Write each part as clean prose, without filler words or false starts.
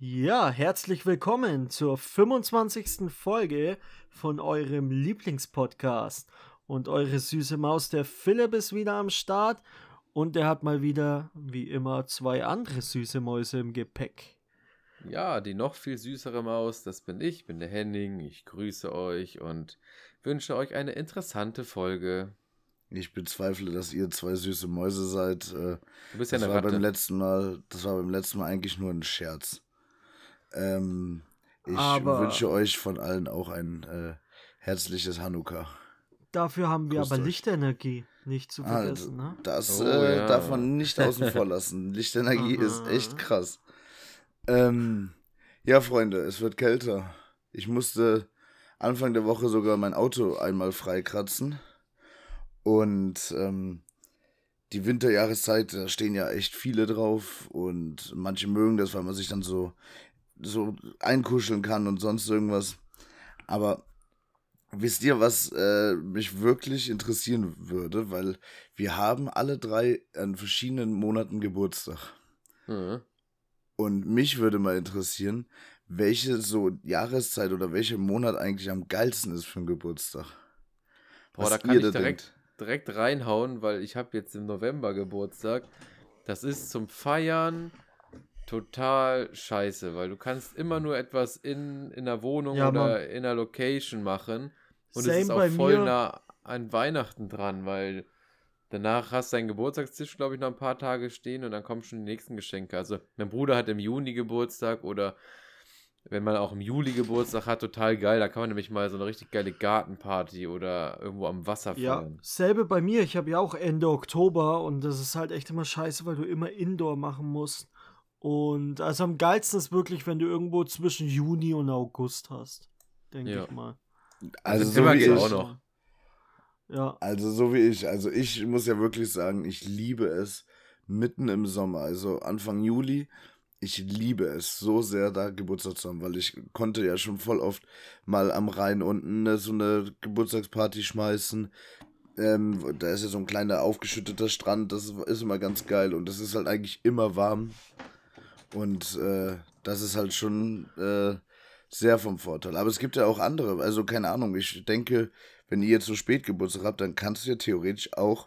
Ja, herzlich willkommen zur 25. Folge von eurem Lieblingspodcast. Und eure süße Maus, der Philipp, ist wieder am Start. Und er hat mal wieder, wie immer, zwei andere süße Mäuse im Gepäck. Ja, die noch viel süßere Maus, das bin ich, bin der Henning. Ich grüße euch und wünsche euch eine interessante Folge. Ich bezweifle, dass ihr zwei süße Mäuse seid. Du bist ja Das eine war Ratte. das war beim letzten Mal eigentlich nur ein Scherz. Ich Aber- wünsche euch von allen auch ein herzliches Hanukkah. Dafür haben wir Grüßt aber euch. Lichtenergie, nicht zu vergessen, ne? Das Oh, ja. darf man nicht außen vor lassen. Lichtenergie ist echt krass. Ja, Freunde, es wird kälter. Ich musste Anfang der Woche sogar mein Auto einmal freikratzen. Und die Winterjahreszeit, da stehen ja echt viele drauf. Und manche mögen das, weil man sich dann so einkuscheln kann und sonst irgendwas. Aber wisst ihr, was mich wirklich interessieren würde? Weil wir haben alle drei an verschiedenen Monaten Geburtstag. Mhm. Und mich würde mal interessieren, welche so Jahreszeit oder welcher Monat eigentlich am geilsten ist für einen Geburtstag. Boah, Was da kann ihr ich da denkt. direkt reinhauen, weil ich habe jetzt im November Geburtstag. Das ist zum Feiern total scheiße, weil du kannst immer nur etwas in der Wohnung Ja, oder Mann. in der Location machen. Und Same es ist auch bei voll mir. nah an Weihnachten dran, weil danach hast du deinen Geburtstagstisch, glaube ich, noch ein paar Tage stehen und dann kommen schon die nächsten Geschenke. Also mein Bruder hat im Juni Geburtstag oder wenn man auch im Juli Geburtstag hat, total geil. Da kann man nämlich mal so eine richtig geile Gartenparty oder irgendwo am Wasser Ja, feiern. selbe bei mir. Ich habe ja auch Ende Oktober und das ist halt echt immer scheiße, weil du immer Indoor machen musst. Und also am geilsten ist wirklich, wenn du irgendwo zwischen Juni und August hast, denke Ja. ich mal. Also so September wie geht ich. auch noch. Ja, Also so wie ich. Also ich muss ja wirklich sagen, ich liebe es mitten im Sommer, also Anfang Juli. Ich liebe es so sehr, da Geburtstag zu haben, weil ich konnte ja schon voll oft mal am Rhein unten so eine Geburtstagsparty schmeißen. Da ist ja so ein kleiner aufgeschütteter Strand, das ist immer ganz geil und es ist halt eigentlich immer warm. Und das ist halt schon sehr vom Vorteil. Aber es gibt ja auch andere, also keine Ahnung, ich denke, wenn ihr jetzt so spät Geburtstag habt, dann kannst du ja theoretisch auch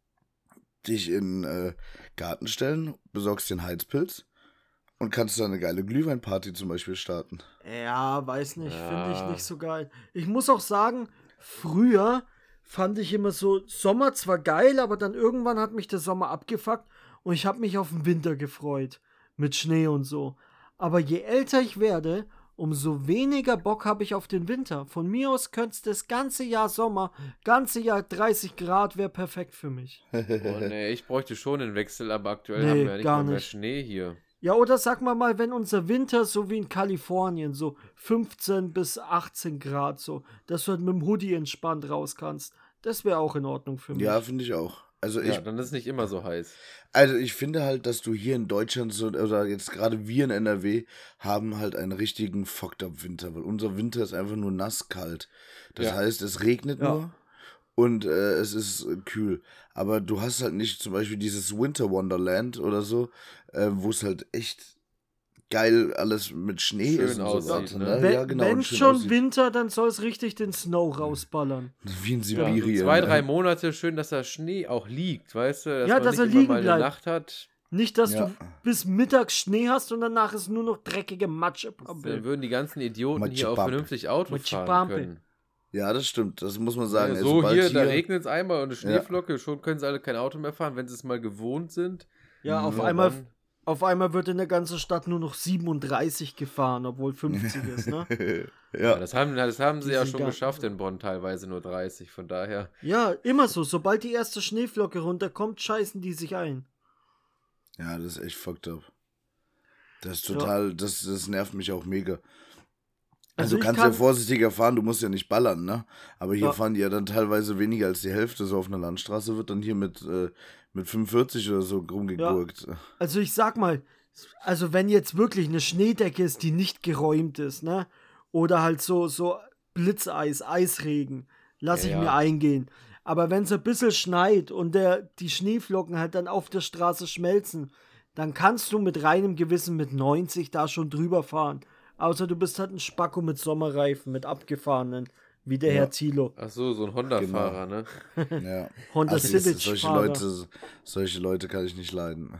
dich in Garten stellen, besorgst dir einen Heizpilz und kannst da eine geile Glühweinparty zum Beispiel starten. ja, weiß nicht, finde ich Ja. nicht so geil. Ich muss auch sagen, früher fand ich immer so Sommer zwar geil, aber dann irgendwann hat mich der Sommer abgefuckt und ich habe mich auf den Winter gefreut. Mit Schnee und so. Aber je älter ich werde, umso weniger Bock habe ich auf den Winter. Von mir aus könnte es das ganze Jahr Sommer, ganze Jahr 30 Grad wäre perfekt für mich. Oh nee, ich bräuchte schon den Wechsel, aber aktuell Nee, haben wir ja nicht gar mal mehr nicht. Schnee hier. Ja, oder sag mal, wenn unser Winter so wie in Kalifornien, so 15 bis 18 Grad, so, dass du halt mit dem Hoodie entspannt raus kannst, das wäre auch in Ordnung für mich. Ja, finde ich auch. Also Ja, dann ist es nicht immer so heiß. ich finde halt, dass du hier in Deutschland so, oder jetzt gerade wir in NRW, haben halt einen richtigen fucked up Winter, weil unser Winter ist einfach nur nasskalt. Das Ja. heißt, es regnet Ja. nur und es ist kühl. Aber du hast halt nicht zum Beispiel dieses Winter Wonderland oder so, wo es halt echt geil alles mit Schnee Schön ist und so aussieht, weiter. ne? Ne? Wenn, Ja, genau. wenn und schön schon aussieht. Winter, dann soll es richtig den Snow rausballern. Wie in Ja, so Sibirien. 2-3 ne? Monate schön, dass der Schnee auch liegt, weißt du? Dass Ja, man dass nicht er immer liegen mal eine bleibt. Nacht hat. Nicht, dass Ja. du bis mittags Schnee hast und danach ist nur noch dreckige Matsche. Dann würden die ganzen Idioten hier auch Matschepampe. vernünftig Auto fahren Matschepampe. können. Ja, das stimmt. Das muss man sagen. Ja, Also so sobald hier, da regnet es einmal und eine Ja. Schneeflocke, schon können sie alle kein Auto mehr fahren, wenn sie es mal gewohnt sind. Ja, auf Ja, einmal, dann- auf einmal wird in der ganzen Stadt nur noch 37 gefahren, obwohl 50 ist, ne? Ja, ja. das haben sie Die ja sind schon gar- geschafft in Bonn, teilweise nur 30, von daher. Ja, immer so. Sobald die erste Schneeflocke runterkommt, scheißen die sich ein. Ja, das ist echt fucked up. Das ist Ja. total, das nervt mich auch mega. Also Also ich kannst kann- ja vorsichtiger fahren, du musst ja nicht ballern, ne? Aber hier Ja. fahren die ja dann teilweise weniger als die Hälfte, so auf einer Landstraße wird dann hier mit 45 oder so rumgegurkt. Also ich sag mal, also wenn jetzt wirklich eine Schneedecke ist, die nicht geräumt ist, ne? Oder halt so Blitzeis, Eisregen, lass ich Ja. mir eingehen. Aber wenn es ein bisschen schneit und die Schneeflocken halt dann auf der Straße schmelzen, dann kannst du mit reinem Gewissen mit 90 da schon drüber fahren. Außer du bist halt ein Spacko mit Sommerreifen, mit abgefahrenen, wie der Herr Thilo. Ach so ein Honda-Fahrer, ne? Ja. Honda Also, Civic-Fahrer. solche Leute kann ich nicht leiden.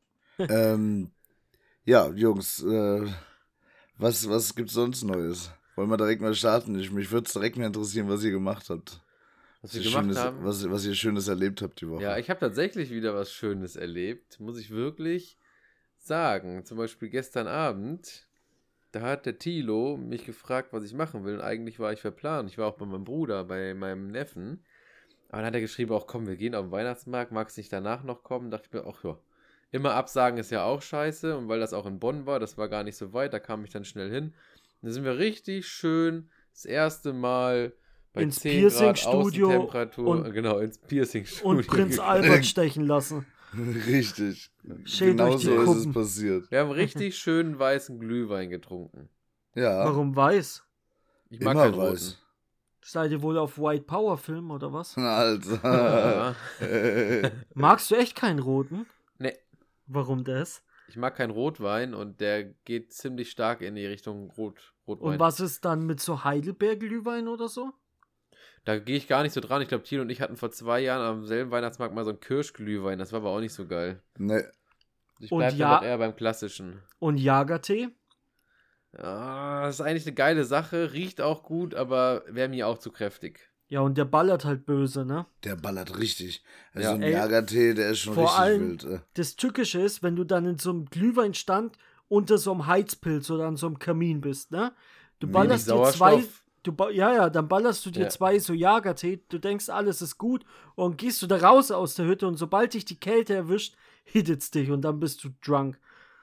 Ja, Jungs, was gibt's sonst Neues? Wollen wir direkt mal starten? Mich würde es direkt mal interessieren, was ihr gemacht habt. Was wir gemacht haben. Was ihr Schönes erlebt habt die Woche. Ja, ich habe tatsächlich wieder was Schönes erlebt, muss ich wirklich sagen. Zum Beispiel gestern Abend, da hat der Thilo mich gefragt, was ich machen will. Und eigentlich war ich verplant. Ich war auch bei meinem Bruder, bei meinem Neffen. Aber dann hat er geschrieben, auch komm, wir gehen auf den Weihnachtsmarkt, magst nicht danach noch kommen? Dachte ich mir, ach ja, immer absagen ist ja auch scheiße. Und weil das auch in Bonn war, das war gar nicht so weit, da kam ich dann schnell hin. Und da sind wir richtig schön das erste Mal bei ins 10 Grad Piercing-Studio Außentemperatur, genau, ins Piercing-Studio. Und Prinz Albert stechen lassen. Richtig. Schält Genau euch die so ist Kuppen. es passiert. Wir haben richtig schönen weißen Glühwein getrunken. Ja. Warum weiß? Ich mag Immer keinen weiß. Seid ihr wohl auf White Power Film oder was? Alter. roten. Magst du echt keinen roten? Nee, Warum das? ich mag keinen Rotwein und der geht ziemlich stark in die Richtung Rotwein. Und was ist dann mit so Heidelbeer-Glühwein oder so? Da gehe ich gar nicht so dran. Ich glaube, Thilo und ich hatten vor 2 Jahren am selben Weihnachtsmarkt mal so einen Kirschglühwein. Das war aber auch nicht so geil. Nee. Ich Und bleibe ja- dann doch eher beim Klassischen. Und Jagertee? Ja, das ist eigentlich eine geile Sache. Riecht auch gut, aber wäre mir auch zu kräftig. Ja, und der ballert halt böse, ne? Der ballert richtig. Also Ja. ein Ey, Jagertee, der ist schon vor richtig allem- wild. Das Tückische ist, wenn du dann in so einem Glühweinstand unter so einem Heizpilz oder an so einem Kamin bist, ne? Du Wenig ballerst dir zwei, Sauerstoff. dann ballerst du dir Ja. 2 so Jagertee, du denkst, alles ist gut und gehst du da raus aus der Hütte und sobald dich die Kälte erwischt, hittet's dich und dann bist du drunk.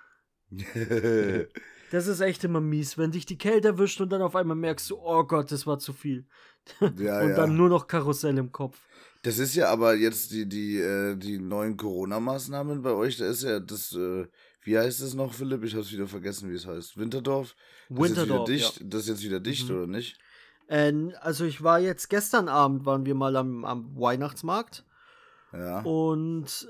Das ist echt immer mies, wenn dich die Kälte erwischt und dann auf einmal merkst du, oh Gott, das war zu viel. Ja, Und ja. dann nur noch Karussell im Kopf. Das ist ja aber jetzt die neuen Corona-Maßnahmen bei euch. Da ist ja das, wie heißt es noch, Philipp? Ich hab's wieder vergessen, wie es heißt. Winterdorf? Winterdorf, Das ist jetzt wieder dicht, oder nicht? Also ich war jetzt gestern Abend, waren wir mal am Weihnachtsmarkt. Ja. Und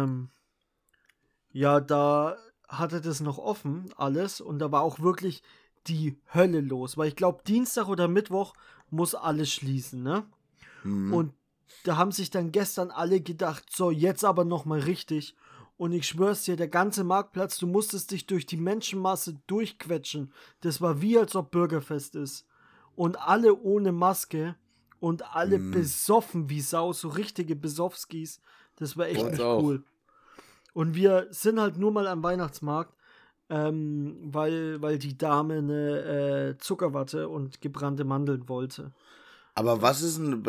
ja, da hatte das noch offen, alles. Und da war auch wirklich die Hölle los. Weil ich glaube, Dienstag oder Mittwoch muss alles schließen, ne? Mhm. Und da haben sich dann gestern alle gedacht, so, jetzt aber nochmal richtig. Und ich schwör's dir, der ganze Marktplatz, du musstest dich durch die Menschenmasse durchquetschen. Das war wie, als ob Bürgerfest ist. Und alle ohne Maske und alle besoffen wie Sau, so richtige Besoffskis. Das war echt Uns nicht auch. cool. Und wir sind halt nur mal am Weihnachtsmarkt, weil die Dame eine Zuckerwatte und gebrannte Mandeln wollte. Aber was ist denn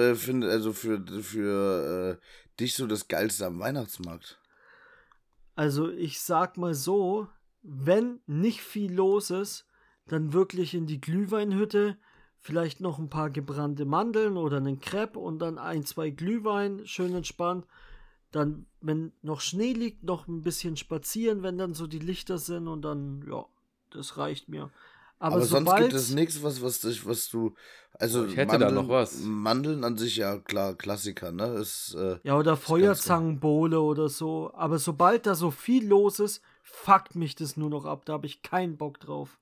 für dich so das Geilste am Weihnachtsmarkt? Also ich sag mal so, wenn nicht viel los ist, dann wirklich in die Glühweinhütte, vielleicht noch ein paar gebrannte Mandeln oder einen Crepe und dann 1, 2 Glühwein, schön entspannt. Dann, wenn noch Schnee liegt, noch ein bisschen spazieren, wenn dann so die Lichter sind und dann, ja, das reicht mir. Aber sonst sobald- gibt es nichts, was du. Also Ich hätte da noch was. Mandeln an sich, ja klar, Klassiker, ne? Ist, Ja, oder Feuerzangenbowle oder so. Aber sobald da so viel los ist, fuckt mich das nur noch ab. Da habe ich keinen Bock drauf.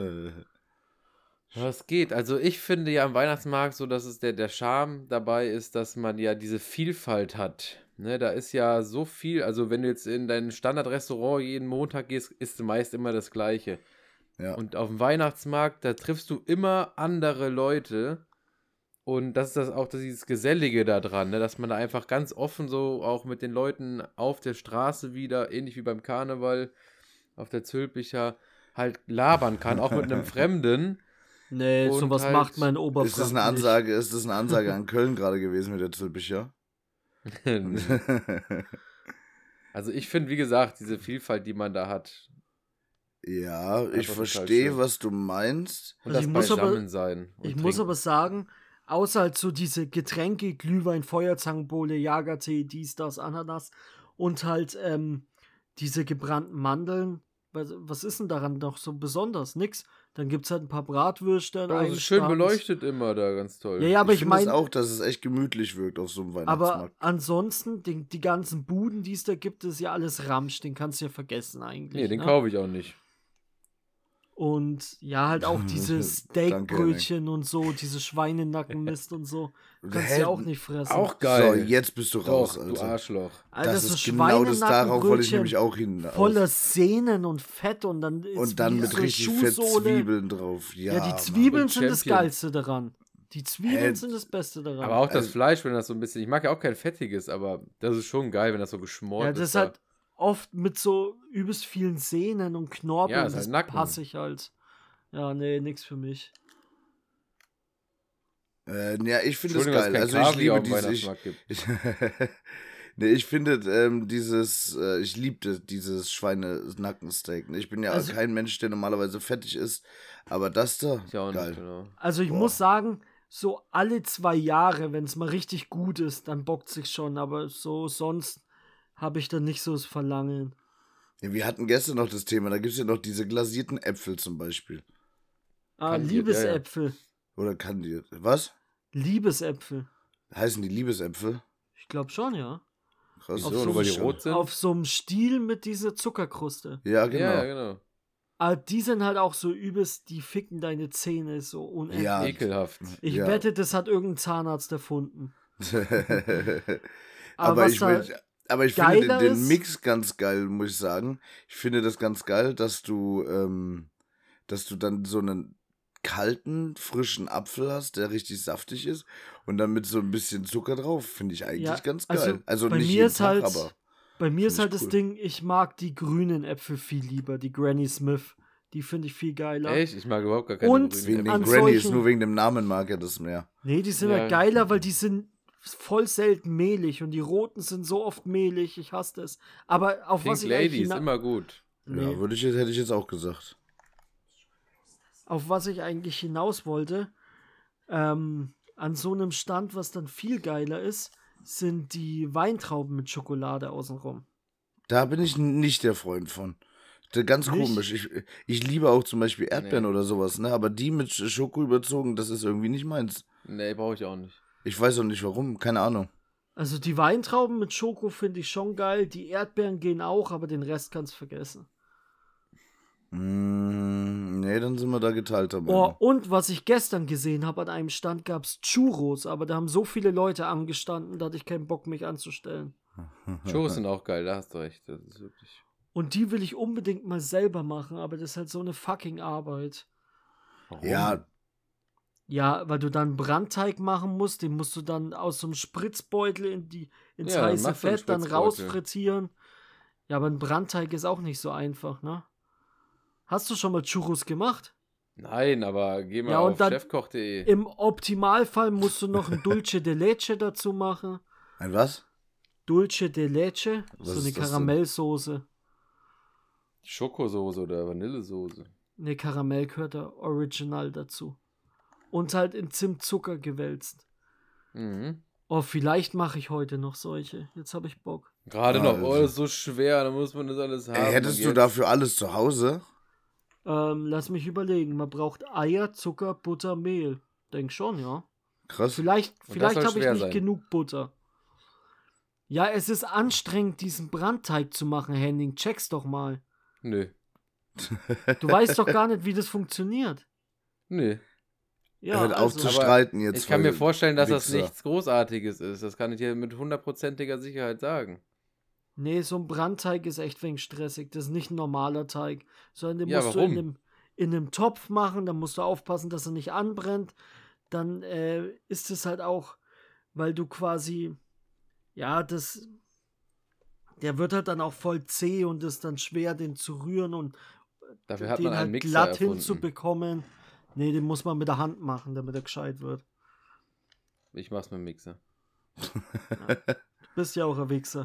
Ja, es geht. Also ich finde ja am Weihnachtsmarkt so, dass es der Charme dabei ist, dass man ja diese Vielfalt hat. Ne, da ist ja so viel, also wenn du jetzt in dein Standardrestaurant jeden Montag gehst, isst du meist immer das Gleiche. Ja. Und auf dem Weihnachtsmarkt, da triffst du immer andere Leute. Und das ist dieses Gesellige da dran, ne? Dass man da einfach ganz offen so auch mit den Leuten auf der Straße wieder, ähnlich wie beim Karneval, auf der Zülpicher, halt labern kann, auch mit einem Fremden. Nee, Und sowas halt- macht mein Ist Oberfranken das eine Ansage, ist das eine Ansage an Köln gerade gewesen mit der Zülpicher? Also ich finde, wie gesagt, diese Vielfalt, die man da hat. Ja, ich Einfach total verstehe, schön. was du meinst. Und Also das ich muss aber- Beisammensein. und Ich muss Trinken. aber sagen, außer halt so diese Getränke, Glühwein, Feuerzangenbowle, Jagertee, dies, das, Ananas und halt diese gebrannten Mandeln, Was ist denn daran noch so besonders? Nix. Dann gibt's halt ein paar Bratwürste. Ja, das ist schön beleuchtet immer da, ganz toll. Ja, aber ich finde es meine, auch, dass es echt gemütlich wirkt auf so einem aber Weihnachtsmarkt. ansonsten, die ganzen Buden, die es da gibt, ist ja alles Ramsch. Den kannst du ja vergessen eigentlich. Nee, den ne? kaufe ich auch nicht. Und ja, halt auch diese Danke, Steakbrötchen und so, diese Schweinenackenmist und so. Kannst du Hä? ja auch nicht fressen. Auch geil. So, jetzt bist du raus, Doch, du Alter. Arschloch. Alter, Das so ist genau das, darauf wollte ich Schweinenackenbrötchen nämlich auch hinaus. voller Sehnen und Fett und dann ist Und dann wie mit so richtig fett Schuhsohle. Zwiebeln drauf. Ja, Ja, die Mann. Zwiebeln Und sind das Champion. Geilste daran. Die Zwiebeln Hä? sind das Beste daran. Aber auch das Also- Fleisch, wenn das so ein bisschen. Ich mag ja auch kein fettiges, aber das ist schon geil, wenn das so geschmort ja, ist. das ist da. halt oft mit so übelst vielen Sehnen und Knorpeln. Ja, ist halt das Nacken. passe ich halt. Ja, nee, nix für mich. Ja, ich finde es Entschuldigung, dass geil. es kein Also ich Kaviar liebe auf dem diese. Weihnachtsmarkt gibt. Nee, ich finde ich liebte dieses Schweinenackensteak. Ich bin ja Also- kein Mensch, der normalerweise fettig ist, aber das da, Ich auch geil. nicht, genau. Also ich Boah. muss sagen, so alle 2 Jahre, wenn es mal richtig gut ist, dann bockt sich schon. Aber so sonst habe ich da nicht so das Verlangen. Ja, wir hatten gestern noch das Thema, da gibt es ja noch diese glasierten Äpfel zum Beispiel. Kandiert, Liebesäpfel. Oder kandiert. Was? Liebesäpfel. Heißen die Liebesäpfel? Ich glaube schon, ja. Krass. Wieso, Auf nur so weil die schon. rot sind? Auf so einem Stiel mit dieser Zuckerkruste. Ja, genau. Ja, genau. Aber die sind halt auch so übelst, die ficken deine Zähne so unendlich. Ja. Ekelhaft. Ich ja. wette, das hat irgendein Zahnarzt erfunden. aber was ich, da will, aber ich finde geiler den ist- Mix ganz geil, muss ich sagen. Ich finde das ganz geil, dass du dann so einen kalten, frischen Apfel hast, der richtig saftig ist und dann mit so ein bisschen Zucker drauf. Finde ich eigentlich Ja, ganz geil. Also bei nicht mir jeden ist Tag, halt, aber bei mir ist find halt ich das cool. Ding, ich mag die grünen Äpfel viel lieber, die Granny Smith. Die finde ich viel geiler. Echt? Ich mag überhaupt gar keine Und grünen wegen Äpfel. an den Grannies, solchen- nur wegen dem Namen mag er das mehr. Nee, die sind Ja. halt geiler, weil die sind voll selten mehlig und die roten sind so oft mehlig, ich hasse das. Aber auf Pink was ich Lady eigentlich ist immer gut. nee, Ja, hätte ich jetzt auch gesagt. auf was ich eigentlich hinaus wollte, an so einem Stand, was dann viel geiler ist, sind die Weintrauben mit Schokolade außenrum. Da bin ich nicht der Freund von. Ganz Nicht? komisch. Ich liebe auch zum Beispiel Erdbeeren Nee. oder sowas, ne? Aber die mit Schoko überzogen, das ist irgendwie nicht meins. Nee, brauche ich auch nicht. Ich weiß auch nicht warum, keine Ahnung. Also die Weintrauben mit Schoko finde ich schon geil, die Erdbeeren gehen auch, aber den Rest kannst du vergessen. Nee, dann sind wir da geteilter Oh, Meinung. und was ich gestern gesehen habe, an einem Stand gab es Churros, aber da haben so viele Leute angestanden, da hatte ich keinen Bock, mich anzustellen. Churros sind auch geil, da hast du recht. Das ist wirklich. Und die will ich unbedingt mal selber machen, aber das ist halt so eine fucking Arbeit. Warum? Ja, Ja, weil du dann Brandteig machen musst, den musst du dann aus so einem Spritzbeutel ins Ja, dann heiße machst du einen Fett dann Spritzbeutel. rausfrittieren. Ja, aber ein Brandteig ist auch nicht so einfach, ne? Hast du schon mal Churros gemacht? Nein, aber geh mal Ja, und auf dann- chefkoch.de. Im Optimalfall musst du noch ein Dulce de Leche dazu machen. ein was? Dulce de Leche, Was so ist eine das denn? Karamellsoße. Schokosoße oder Vanillesoße. Ne, Karamell gehört da original dazu. Und halt in Zimtzucker gewälzt. Mhm. Oh, vielleicht mache ich heute noch solche. Jetzt habe ich Bock. Gerade Ah, noch, oh, also- das ist so schwer, da muss man das alles haben. Hättest Und du jetzt- dafür alles zu Hause? Lass mich überlegen. Man braucht Eier, Zucker, Butter, Mehl. Denk schon, ja. Krass. Vielleicht Und das soll habe ich schwer nicht sein. genug Butter. Ja, es ist anstrengend, diesen Brandteig zu machen, Henning. Check's doch mal. Nö. Du weißt doch gar nicht, wie das funktioniert. Nö. Ja, Hört auf also, zu Aber streiten jetzt. Ich kann mir weil- vorstellen, dass das Wichser. nichts Großartiges ist. Das kann ich dir mit 100%iger Sicherheit sagen. nee, so ein Brandteig ist echt wenig stressig. Das ist nicht ein normaler Teig, sondern den Ja, musst warum? du in einem Topf machen. Dann musst du aufpassen, dass er nicht anbrennt. Dann ist es halt auch, weil du quasi, ja, der wird halt dann auch voll zäh und ist dann schwer, den zu rühren und Dafür hat den man einen halt Mixer glatt erfunden. hinzubekommen. Nee, den muss man mit der Hand machen, damit er gescheit wird. Ich mach's mit dem Mixer. Du bist ja auch ein Wichser.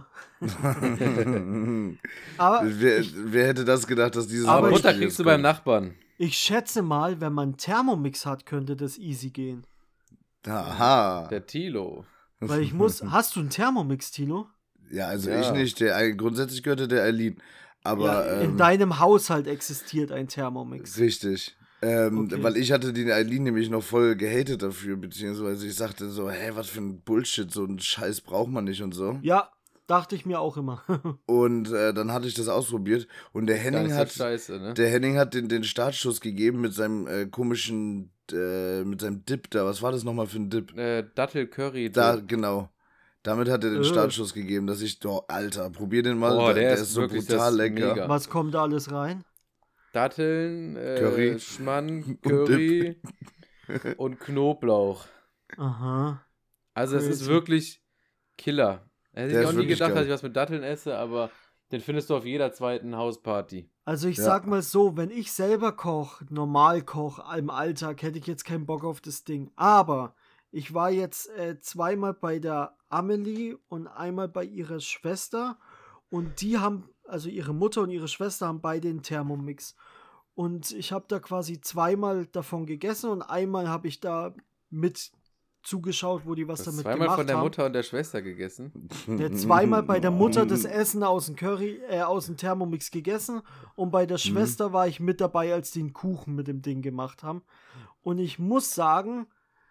Aber wer hätte das gedacht, dass dieses Aber Aber Butter Beispiel kriegst du jetzt beim kommt? Nachbarn. ich schätze mal, wenn man einen Thermomix hat, könnte das easy gehen. Aha. Der Tilo. Weil ich muss. Hast du einen Thermomix, Tilo? Ja, also Ja. ich nicht. Grundsätzlich gehörte der Erlin. Aber in deinem Haushalt existiert ein Thermomix. richtig. Okay. Weil ich hatte die Eileen nämlich noch voll gehatet dafür, beziehungsweise ich sagte so, was für ein Bullshit, so einen Scheiß braucht man nicht und so. Ja, dachte ich mir auch immer. Und dann hatte ich das ausprobiert und der Gar Henning nicht so hat, scheiße, ne? der Henning hat den Startschuss gegeben mit seinem komischen, mit seinem Dip da. Was war das nochmal für ein Dip? Dattel-Curry. Da, genau. Damit hat er den Äh. Startschuss gegeben, dass ich, Alter, probier den mal. Boah, der der ist ist so wirklich, brutal das ist lecker. mega. Was kommt da alles rein? Datteln, Curry. Schmann, Und Curry und Knoblauch. Aha. Also es ist Crazy. wirklich Killer. Hätte Der ich ist auch nie wirklich gedacht, geil. dass ich was mit Datteln esse, aber den findest du auf jeder zweiten Hausparty. Also ich Ja. sag mal so, wenn ich selber koche, normal koche im Alltag, hätte ich jetzt keinen Bock auf das Ding. Aber ich war jetzt zweimal bei der Amelie und einmal bei ihrer Schwester und die haben, also ihre Mutter und ihre Schwester haben beide den Thermomix. Und ich habe da quasi zweimal davon gegessen und einmal habe ich da mit zugeschaut, wo die was Du hast damit zweimal gemacht von der haben. Mutter und der Schwester gegessen. Zweimal bei der Mutter das Essen aus dem aus dem Thermomix gegessen und bei der Schwester war ich mit dabei, als die einen Kuchen mit dem Ding gemacht haben. Und ich muss sagen,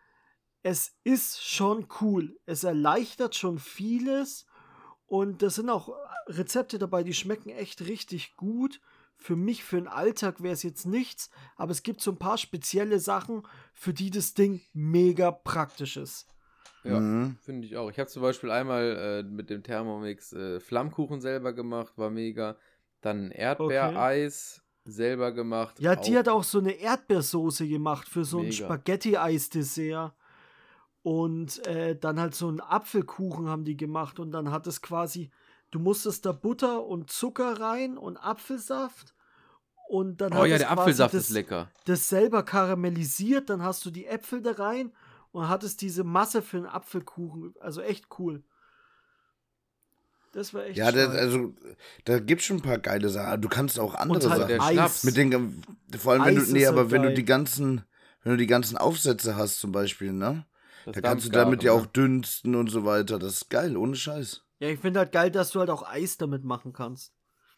es ist schon cool. Es erleichtert schon vieles und da sind auch Rezepte dabei, die schmecken echt richtig gut. Für mich, für den Alltag wäre es jetzt nichts, aber es gibt so ein paar spezielle Sachen, für die das Ding mega praktisch ist. Ja, Mhm. finde ich auch. Ich habe zum Beispiel einmal mit dem Thermomix Flammkuchen selber gemacht, war mega. Dann Erdbeereis selber gemacht. Ja, die hat auch so eine Erdbeersoße gemacht für so ein Mega. Spaghetti-Eis-Dessert. Und dann halt so einen Apfelkuchen haben die gemacht. Und dann hat es quasi, du musstest da Butter und Zucker rein und Apfelsaft. Und dann Oh hat ja, es der quasi Apfelsaft das, ist lecker. das selber karamellisiert. Dann hast du die Äpfel da rein und hattest diese Masse für einen Apfelkuchen. Also echt cool. Das war echt Ja, stark. also da gibt es schon ein paar geile Sachen. Du kannst auch andere Und halt Sachen. der Eis. Schnaps. Mit den, vor allem, Eis ist aber halt wenn du geil. wenn du die ganzen Aufsätze hast zum Beispiel, ne? Das Da kannst du Dampfgaren, damit ja ne? auch dünsten und so weiter. Das ist geil, ohne Scheiß. Ja, ich finde halt geil, dass du halt auch Eis damit machen kannst.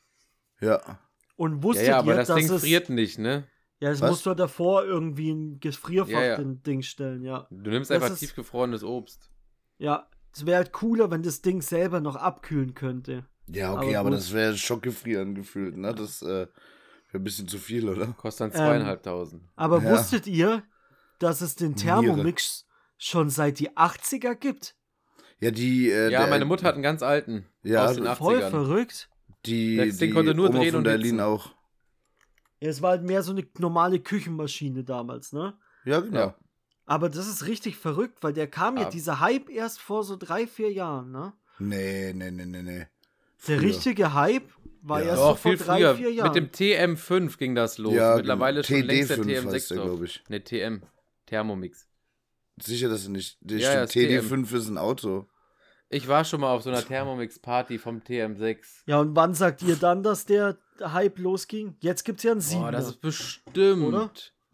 Ja. Und Ja, wusstet ja, aber ihr, das dass Ding es... friert nicht, ne? Ja, das Was? musst du halt davor irgendwie in Gefrierfach Ja, ja. den Ding stellen, ja. Du nimmst Das einfach ist- tiefgefrorenes Obst. Ja, es wäre halt cooler, wenn das Ding selber noch abkühlen könnte. Ja, okay, Aber aber gut. das wäre Schockgefrieren gefühlt, ne? Das wäre ein bisschen zu viel, oder? Kostet dann 2.500. Aber Ja. wusstet ihr, dass es den Thermomix schon seit die 80er gibt? Ja, die. Ja, meine Mutter hat einen ganz alten. Ja, aus den Voll 80ern. verrückt. Die Das Ding konnte nur Oma drehen von und der hitzen. Aline auch. Ja, es war halt mehr so eine normale Küchenmaschine damals, ne? Ja, genau. Ja. Aber das ist richtig verrückt, weil der kam ja, Ah. dieser Hype erst vor so 3-4 Jahren, ne? Nee. Der Früher. richtige Hype war Ja. erst so Doch, vor viel 3-4 früher. Jahren. Mit dem TM5 ging das los. Ja, Mittlerweile ist schon längst der TD5 heißt TM6 der, drauf. glaube ich. Ne, TM. Thermomix. Sicher, dass du nicht. Der Ja, stimmt, ja, TD5 ist ein Auto. Ich war schon mal auf so einer Thermomix-Party vom TM6. Ja, und wann sagt ihr dann, dass der Hype losging? Jetzt gibt's ja einen 7. Boah, das ist bestimmt. Oder?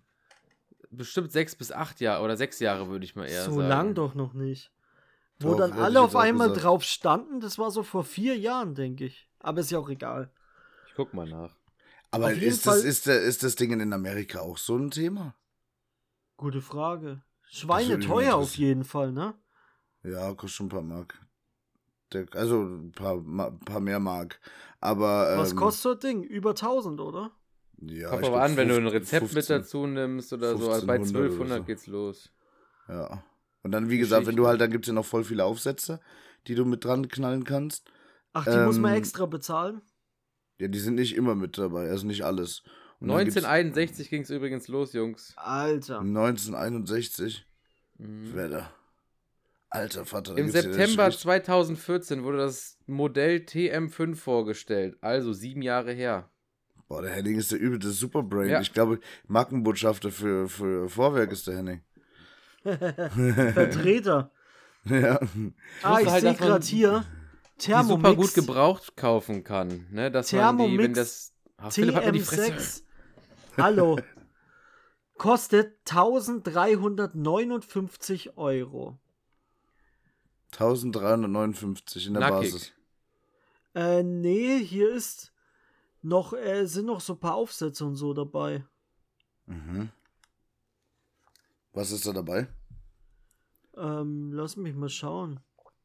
Bestimmt 6 bis 8 Jahre oder 6 Jahre, würde ich mal eher so sagen. lang doch noch nicht. Wo Doch, dann hätte ich alle jetzt auf auch einmal gesagt. drauf standen, das war so vor 4 Jahren, denke ich. Aber ist ja auch egal. Ich guck mal nach. Aber Auf jeden ist das, Fall- ist das Ding in Amerika auch so ein Thema? Gute Frage. Das Schweine würde mich teuer auf interessieren. jeden Fall, ne? Ja, kostet schon ein paar Mark. Also ein paar mehr Mark. Aber. Was kostet so ein Ding? Über 1000, oder? Ja, Kommt ich aber glaub, an, wenn du ein 15, Rezept mit dazu nimmst oder so. Also bei 1500 oder 1200 so. geht's los. Ja. Und dann, wie gesagt, wenn du Geschichte. halt, dann gibt es ja noch voll viele Aufsätze, die du mit dran knallen kannst. Ach, die muss man Ähm, extra bezahlen? Ja, die sind nicht immer mit dabei, also nicht alles. Und dann gibt's 1961 ging's übrigens los, Jungs. Alter. 1961. Mhm. Wer da? Alter Vater. da Im gibt's ja September richtig- 2014 wurde das Modell TM5 vorgestellt, also 7 Jahre her. Boah, der Henning ist der übelte Superbrain. Ja. Ich glaube, Markenbotschafter für Vorwerk ist der Henning. Vertreter. Ja. Ah, ich wusste halt, sehe dass man gerade hier. Die super gut Thermomix gebraucht kaufen kann. Ne? Dass man die, wenn Thermomix das. Ach, Philipp, halt mir die Fresse. TM6. Hallo. Kostet 1359 Euro. 1359 in der Nackig. Basis. Nee, hier ist sind noch so ein paar Aufsätze und so dabei. Mhm. Was ist da dabei? Lass mich mal schauen.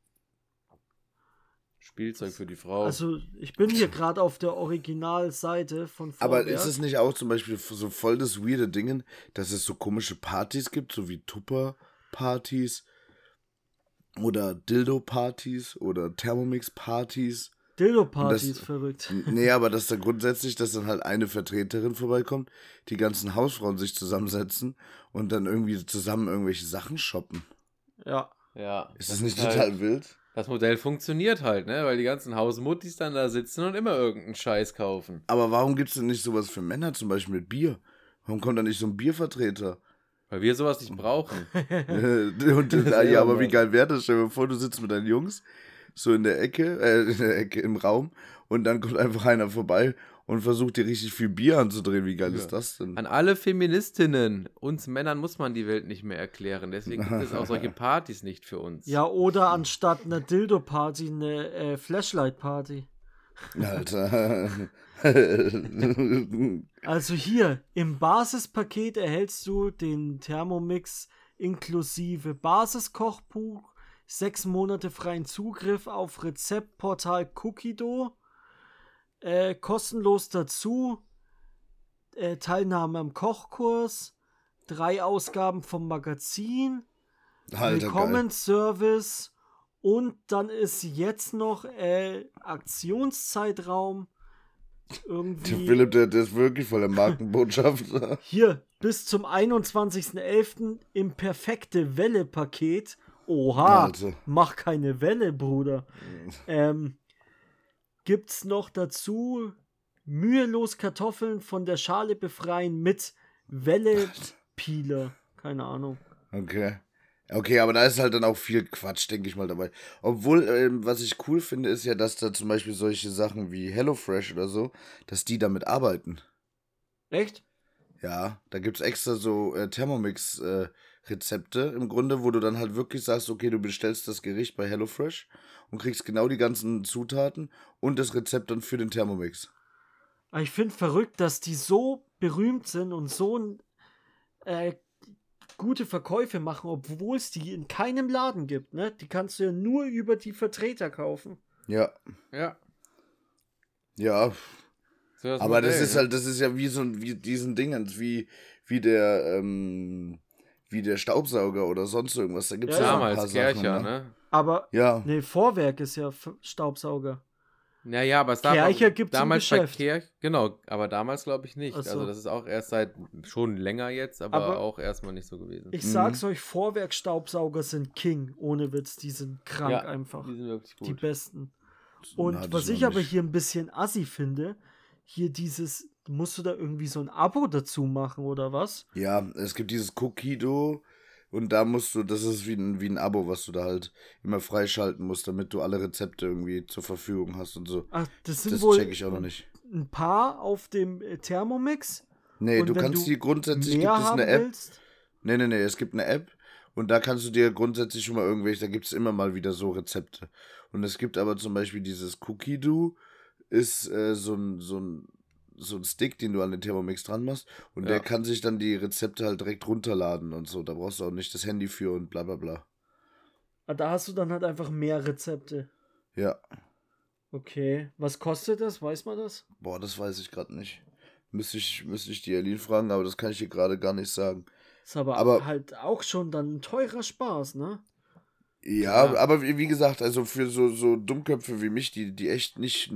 Spielzeug für die Frau. Also, ich bin hier gerade auf der Originalseite von Vorwerk. Aber ist es nicht auch zum Beispiel so voll das weirde Dingen, dass es so komische Partys gibt, so wie Tupper-Partys oder Dildo-Partys oder Thermomix-Partys? Dildo-Party das- ist verrückt. Nee, aber dass da grundsätzlich, dass dann halt eine Vertreterin vorbeikommt, die ganzen Hausfrauen sich zusammensetzen und dann irgendwie zusammen irgendwelche Sachen shoppen. Ja. Ja. Ist das nicht halt, total wild? Das Modell funktioniert halt, ne? Weil die ganzen Hausmuttis dann da sitzen und immer irgendeinen Scheiß kaufen. Aber warum gibt es denn nicht sowas für Männer, zum Beispiel mit Bier? Warum kommt da nicht so ein Biervertreter? Weil wir sowas nicht brauchen. Ja, aber wie geil wäre das? Stell dir mal vor, du sitzt mit deinen Jungs so in der Ecke im Raum und dann kommt einfach einer vorbei und versucht dir richtig viel Bier anzudrehen. Wie geil ist das denn? An alle Feministinnen, uns Männern muss man die Welt nicht mehr erklären. Deswegen gibt es auch solche Partys nicht für uns. Ja, oder anstatt einer Dildo-Party eine Flashlight-Party. Alter. Also hier, im Basispaket erhältst du den Thermomix inklusive Basiskochbuch, 6 Monate freien Zugriff auf Rezeptportal Cookido, kostenlos dazu, Teilnahme am Kochkurs, 3 Ausgaben vom Magazin, Alter, geil. Willkommensservice und dann ist jetzt noch Aktionszeitraum Der irgendwie Philipp, der ist wirklich voll der Markenbotschafter. hier bis zum 21.11. im perfekte Welle-Paket. Oha, Alter. mach keine Welle, Bruder. Gibt's noch dazu mühelos Kartoffeln von der Schale befreien mit Welle-Peeler. Keine Ahnung. Okay. Okay, aber da ist halt dann auch viel Quatsch, denke ich mal, dabei. Obwohl, was ich cool finde, ist ja, dass da zum Beispiel solche Sachen wie HelloFresh oder so, dass die damit arbeiten. Echt? Ja, da gibt's extra so Thermomix-Rezepte im Grunde, wo du dann halt wirklich sagst, okay, du bestellst das Gericht bei HelloFresh und kriegst genau die ganzen Zutaten und das Rezept dann für den Thermomix. Aber ich finde verrückt, dass die so berühmt sind und so gute Verkäufe machen, obwohl es die in keinem Laden gibt. Ne? Die kannst du ja nur über die Vertreter kaufen. Ja, Ja. ja. So das Aber das Modell, ist ne? halt, das ist ja wie diesen Dingens, wie der Staubsauger oder sonst irgendwas. Da gibt's Ja, ja, auch ein paar Damals Sachen. Kercher, Ne? ne? Aber, Ja. nee, Vorwerk ist ja Staubsauger. Naja, aber es Kercher gibt's im damals bei Geschäft. genau, aber damals glaube ich nicht. Ach so. Also das ist auch erst seit schon länger jetzt, aber auch erstmal nicht so gewesen. Ich sag's euch, Vorwerk-Staubsauger sind King. Ohne Witz, die sind krank Ja, einfach. Die sind wirklich Die gut. besten. Und hatte was ich ich noch aber nicht. hier ein bisschen assi finde, hier musst du da irgendwie so ein Abo dazu machen, oder was? Ja, es gibt dieses Cookido und da musst du, das ist wie ein Abo, was du da halt immer freischalten musst, damit du alle Rezepte irgendwie zur Verfügung hast und so. Ach, das sind Das wohl check ich auch noch nicht. ein paar auf dem Thermomix. Nee, Und du wenn kannst du die grundsätzlich, gibt mehr es haben eine App. willst, Nee, es gibt eine App und da kannst du dir grundsätzlich schon mal irgendwelche, da gibt es immer mal wieder so Rezepte. Und es gibt aber zum Beispiel dieses Cookie-Do, ist so ein Stick, den du an den Thermomix dran machst und Ja. der kann sich dann die Rezepte halt direkt runterladen und so. Da brauchst du auch nicht das Handy für und bla bla bla. da hast du dann halt einfach mehr Rezepte. Ja, Okay, was kostet das? Weiß man das? boah, das weiß ich gerade nicht. Müsste ich die Aline fragen, aber das kann ich dir gerade gar nicht sagen. Ist aber halt auch schon dann ein teurer Spaß, ne? Ja, Ja. aber wie gesagt, also für so Dummköpfe wie mich, die echt nicht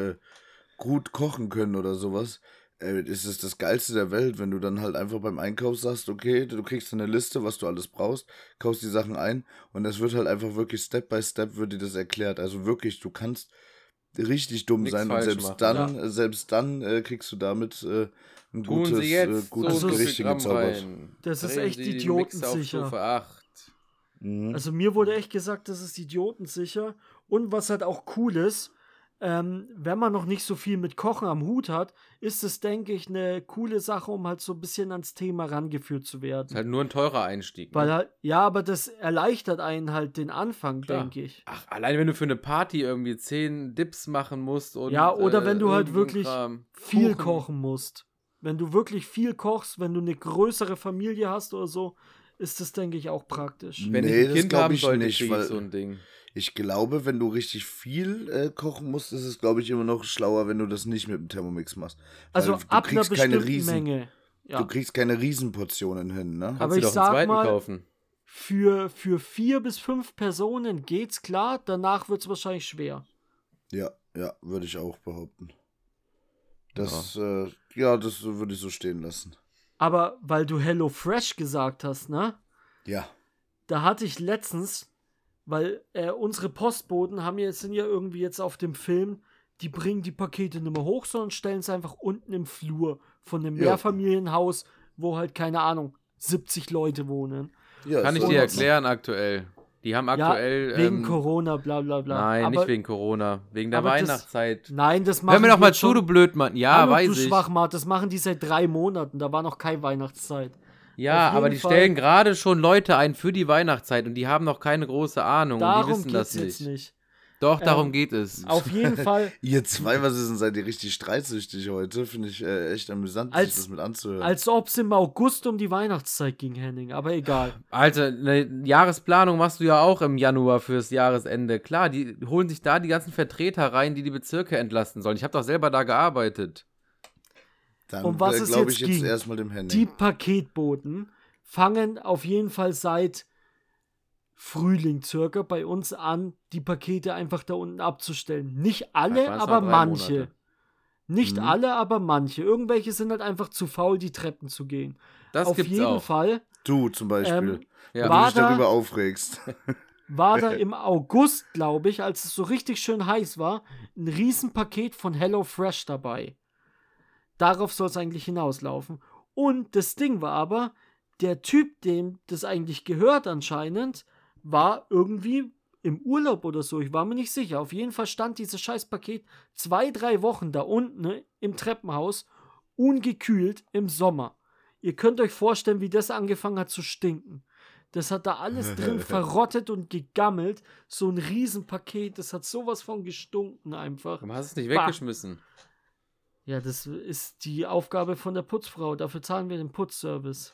gut kochen können oder sowas, ist es das Geilste der Welt, wenn du dann halt einfach beim Einkauf sagst, okay, du kriegst eine Liste, was du alles brauchst, kaufst die Sachen ein und es wird halt einfach wirklich Step by Step wird dir das erklärt. Also wirklich, du kannst richtig dumm Nichts sein und falsch selbst dann kriegst du damit ein Tun gutes, Sie jetzt gutes so viel Gericht Gramm gezaubert. rein. Das ist Drehen echt Sie die idiotensicher. Mixer auf Stufe 8. Mhm. Also mir wurde echt gesagt, das ist idiotensicher. Und was halt auch cool ist, wenn man noch nicht so viel mit Kochen am Hut hat, ist es, denke ich, eine coole Sache, um halt so ein bisschen ans Thema rangeführt zu werden. Ist halt nur ein teurer Einstieg. Weil Ne? halt, ja, aber das erleichtert einen halt den Anfang, Klar. denke ich. Ach, allein wenn du für eine Party irgendwie 10 Dips machen musst und Ja, oder wenn du halt irgend so ein wirklich Kram. viel Kuchen. kochen musst. Wenn du wirklich viel kochst, wenn du eine größere Familie hast oder so, ist das, denke ich, auch praktisch. Wenn Nee, ich ein das Kind glaub haben ich sollte, nicht, kriege ich weil- so ein Ding. Ich glaube, wenn du richtig viel kochen musst, ist es, glaube ich, immer noch schlauer, wenn du das nicht mit dem Thermomix machst. Also Weil ab einer bestimmten Menge. Du Ja. kriegst keine Riesenportionen hin, ne? Aber Kannst du ich doch einen sag zweiten mal- kaufen. Für 4 bis 5 Personen geht's klar, danach wird's wahrscheinlich schwer. Ja, würde ich auch behaupten. Das, das würde ich so stehen lassen. Aber weil du Hello Fresh gesagt hast, ne? Ja. Da hatte ich letztens, weil unsere Postboten sind ja irgendwie jetzt auf dem Film, die bringen die Pakete nicht mehr hoch, sondern stellen es einfach unten im Flur von einem Ja. Mehrfamilienhaus, wo halt, keine Ahnung, 70 Leute wohnen. Ja, Kann ich so dir was. erklären aktuell. Die haben aktuell. Ja, wegen Corona, bla bla bla. Nein, aber, nicht wegen Corona. Wegen der aber das- Weihnachtszeit. Nein, das machen Hör mir doch die mal jetzt zu, schon- du Blödmann. Ja, Hallo, weiß du ich. Schwachmat, das machen die seit 3 Monaten, da war noch keine Weihnachtszeit. Ja, Auf aber jeden die Fall. stellen gerade schon Leute ein für die Weihnachtszeit und die haben noch keine große Ahnung. Und die Darum wissen das geht's jetzt nicht. nicht. Doch, darum geht es. Auf jeden Fall, Ihr zwei, was ist denn, seid ihr richtig streitsüchtig heute? Finde ich echt amüsant, Als- sich das mit anzuhören. als ob es im August um die Weihnachtszeit ging, Henning, aber egal. Also, eine Jahresplanung machst du ja auch im Januar fürs Jahresende. Klar, die holen sich da die ganzen Vertreter rein, die Bezirke entlasten sollen. Ich habe doch selber da gearbeitet. Dann um was es glaube jetzt ich jetzt ging. erstmal dem Henning. Die Paketboten fangen auf jeden Fall seit Frühling circa bei uns an, die Pakete einfach da unten abzustellen. Nicht alle, waren's aber noch 3 manche. Monate. Nicht Mhm. alle, aber manche. Irgendwelche sind halt einfach zu faul, die Treppen zu gehen. Das auf gibt's jeden auch. Fall Du zum Beispiel. Ja. Weil du war dich da- darüber aufregst. war da im August, glaube ich, als es so richtig schön heiß war, ein Riesenpaket von HelloFresh dabei. Darauf soll es eigentlich hinauslaufen. Und das Ding war aber, der Typ, dem das eigentlich gehört anscheinend, war irgendwie im Urlaub oder so. Ich war mir nicht sicher. Auf jeden Fall stand dieses Scheißpaket 2-3 Wochen da unten, ne, im Treppenhaus, ungekühlt im Sommer. Ihr könnt euch vorstellen, wie das angefangen hat zu stinken. Das hat da alles drin verrottet und gegammelt. So ein Riesenpaket, das hat sowas von gestunken einfach. Warum hast du es nicht Bah. weggeschmissen? Ja, das ist die Aufgabe von der Putzfrau. Dafür zahlen wir den Putzservice.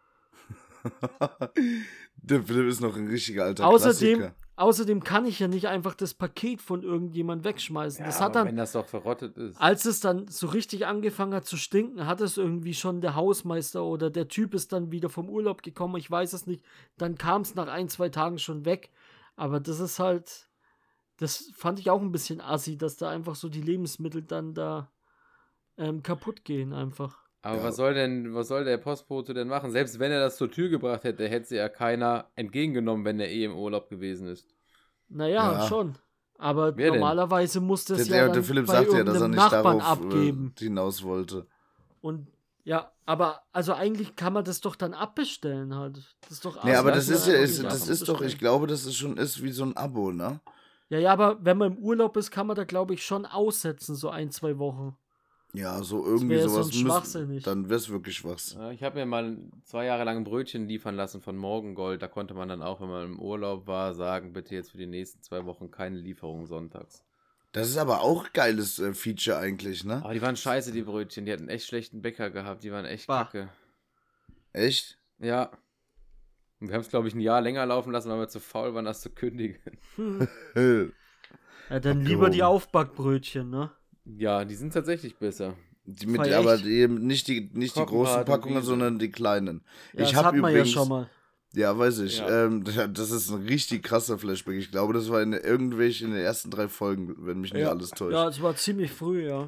Der Philipp ist noch ein richtiger alter Klassiker. Außerdem kann ich ja nicht einfach das Paket von irgendjemand wegschmeißen. Das hat aber dann, wenn das doch verrottet ist. als es dann so richtig angefangen hat zu stinken, hat es irgendwie schon der Hausmeister oder der Typ ist dann wieder vom Urlaub gekommen. Ich weiß es nicht. Dann kam es nach 1-2 Tagen schon weg. Aber das ist halt, das fand ich auch ein bisschen assi, dass da einfach so die Lebensmittel dann da kaputt gehen einfach. Aber Ja. was soll der Postbote denn machen? Selbst wenn er das zur Tür gebracht hätte, hätte sie ja keiner entgegengenommen, wenn er im Urlaub gewesen ist. Naja, Ja. schon. Aber Wer denn? normalerweise muss das Der, ja der dann Philipp bei sagte ja, dass er irgendeinem nicht Nachbarn darauf abgeben. hinaus wollte. Und ja, aber also eigentlich kann man das doch dann abbestellen halt. Das ist doch Nee, aber das das lassen ist wir ja, einfach das nicht ist doch, ich glaube, das ist schon wie so ein Abo, ne? Ja, aber wenn man im Urlaub ist, kann man da glaube ich schon aussetzen, so 1-2 Wochen. Ja, so irgendwie wär sowas sonst schwachsinnig. dann wär's wirklich was. Ja, ich habe mir mal 2 Jahre lang ein Brötchen liefern lassen von Morgengold. Da konnte man dann auch, wenn man im Urlaub war, sagen, bitte jetzt für die nächsten 2 Wochen keine Lieferung sonntags. Das ist aber auch geiles Feature eigentlich, ne? Aber die waren scheiße, die Brötchen. Die hatten echt schlechten Bäcker gehabt. Die waren echt Bah. kacke. Echt? Ja. Und wir haben es, glaube ich, ein Jahr länger laufen lassen, weil wir zu faul waren, das zu kündigen. Ja, dann lieber die Aufbackbrötchen, ne? Ja, die sind tatsächlich besser. Voll Aber echt? eben nicht die großen Koppenrad und Packungen, Wiese. sondern die kleinen. Ja, Ich das habe hat man ja übrigens, schon mal. ja, weiß ich. Ja. Das ist ein richtig krasser Flashback. Ich glaube, das war in den ersten 3 Folgen, wenn mich nicht alles täuscht. Ja, es war ziemlich früh, ja.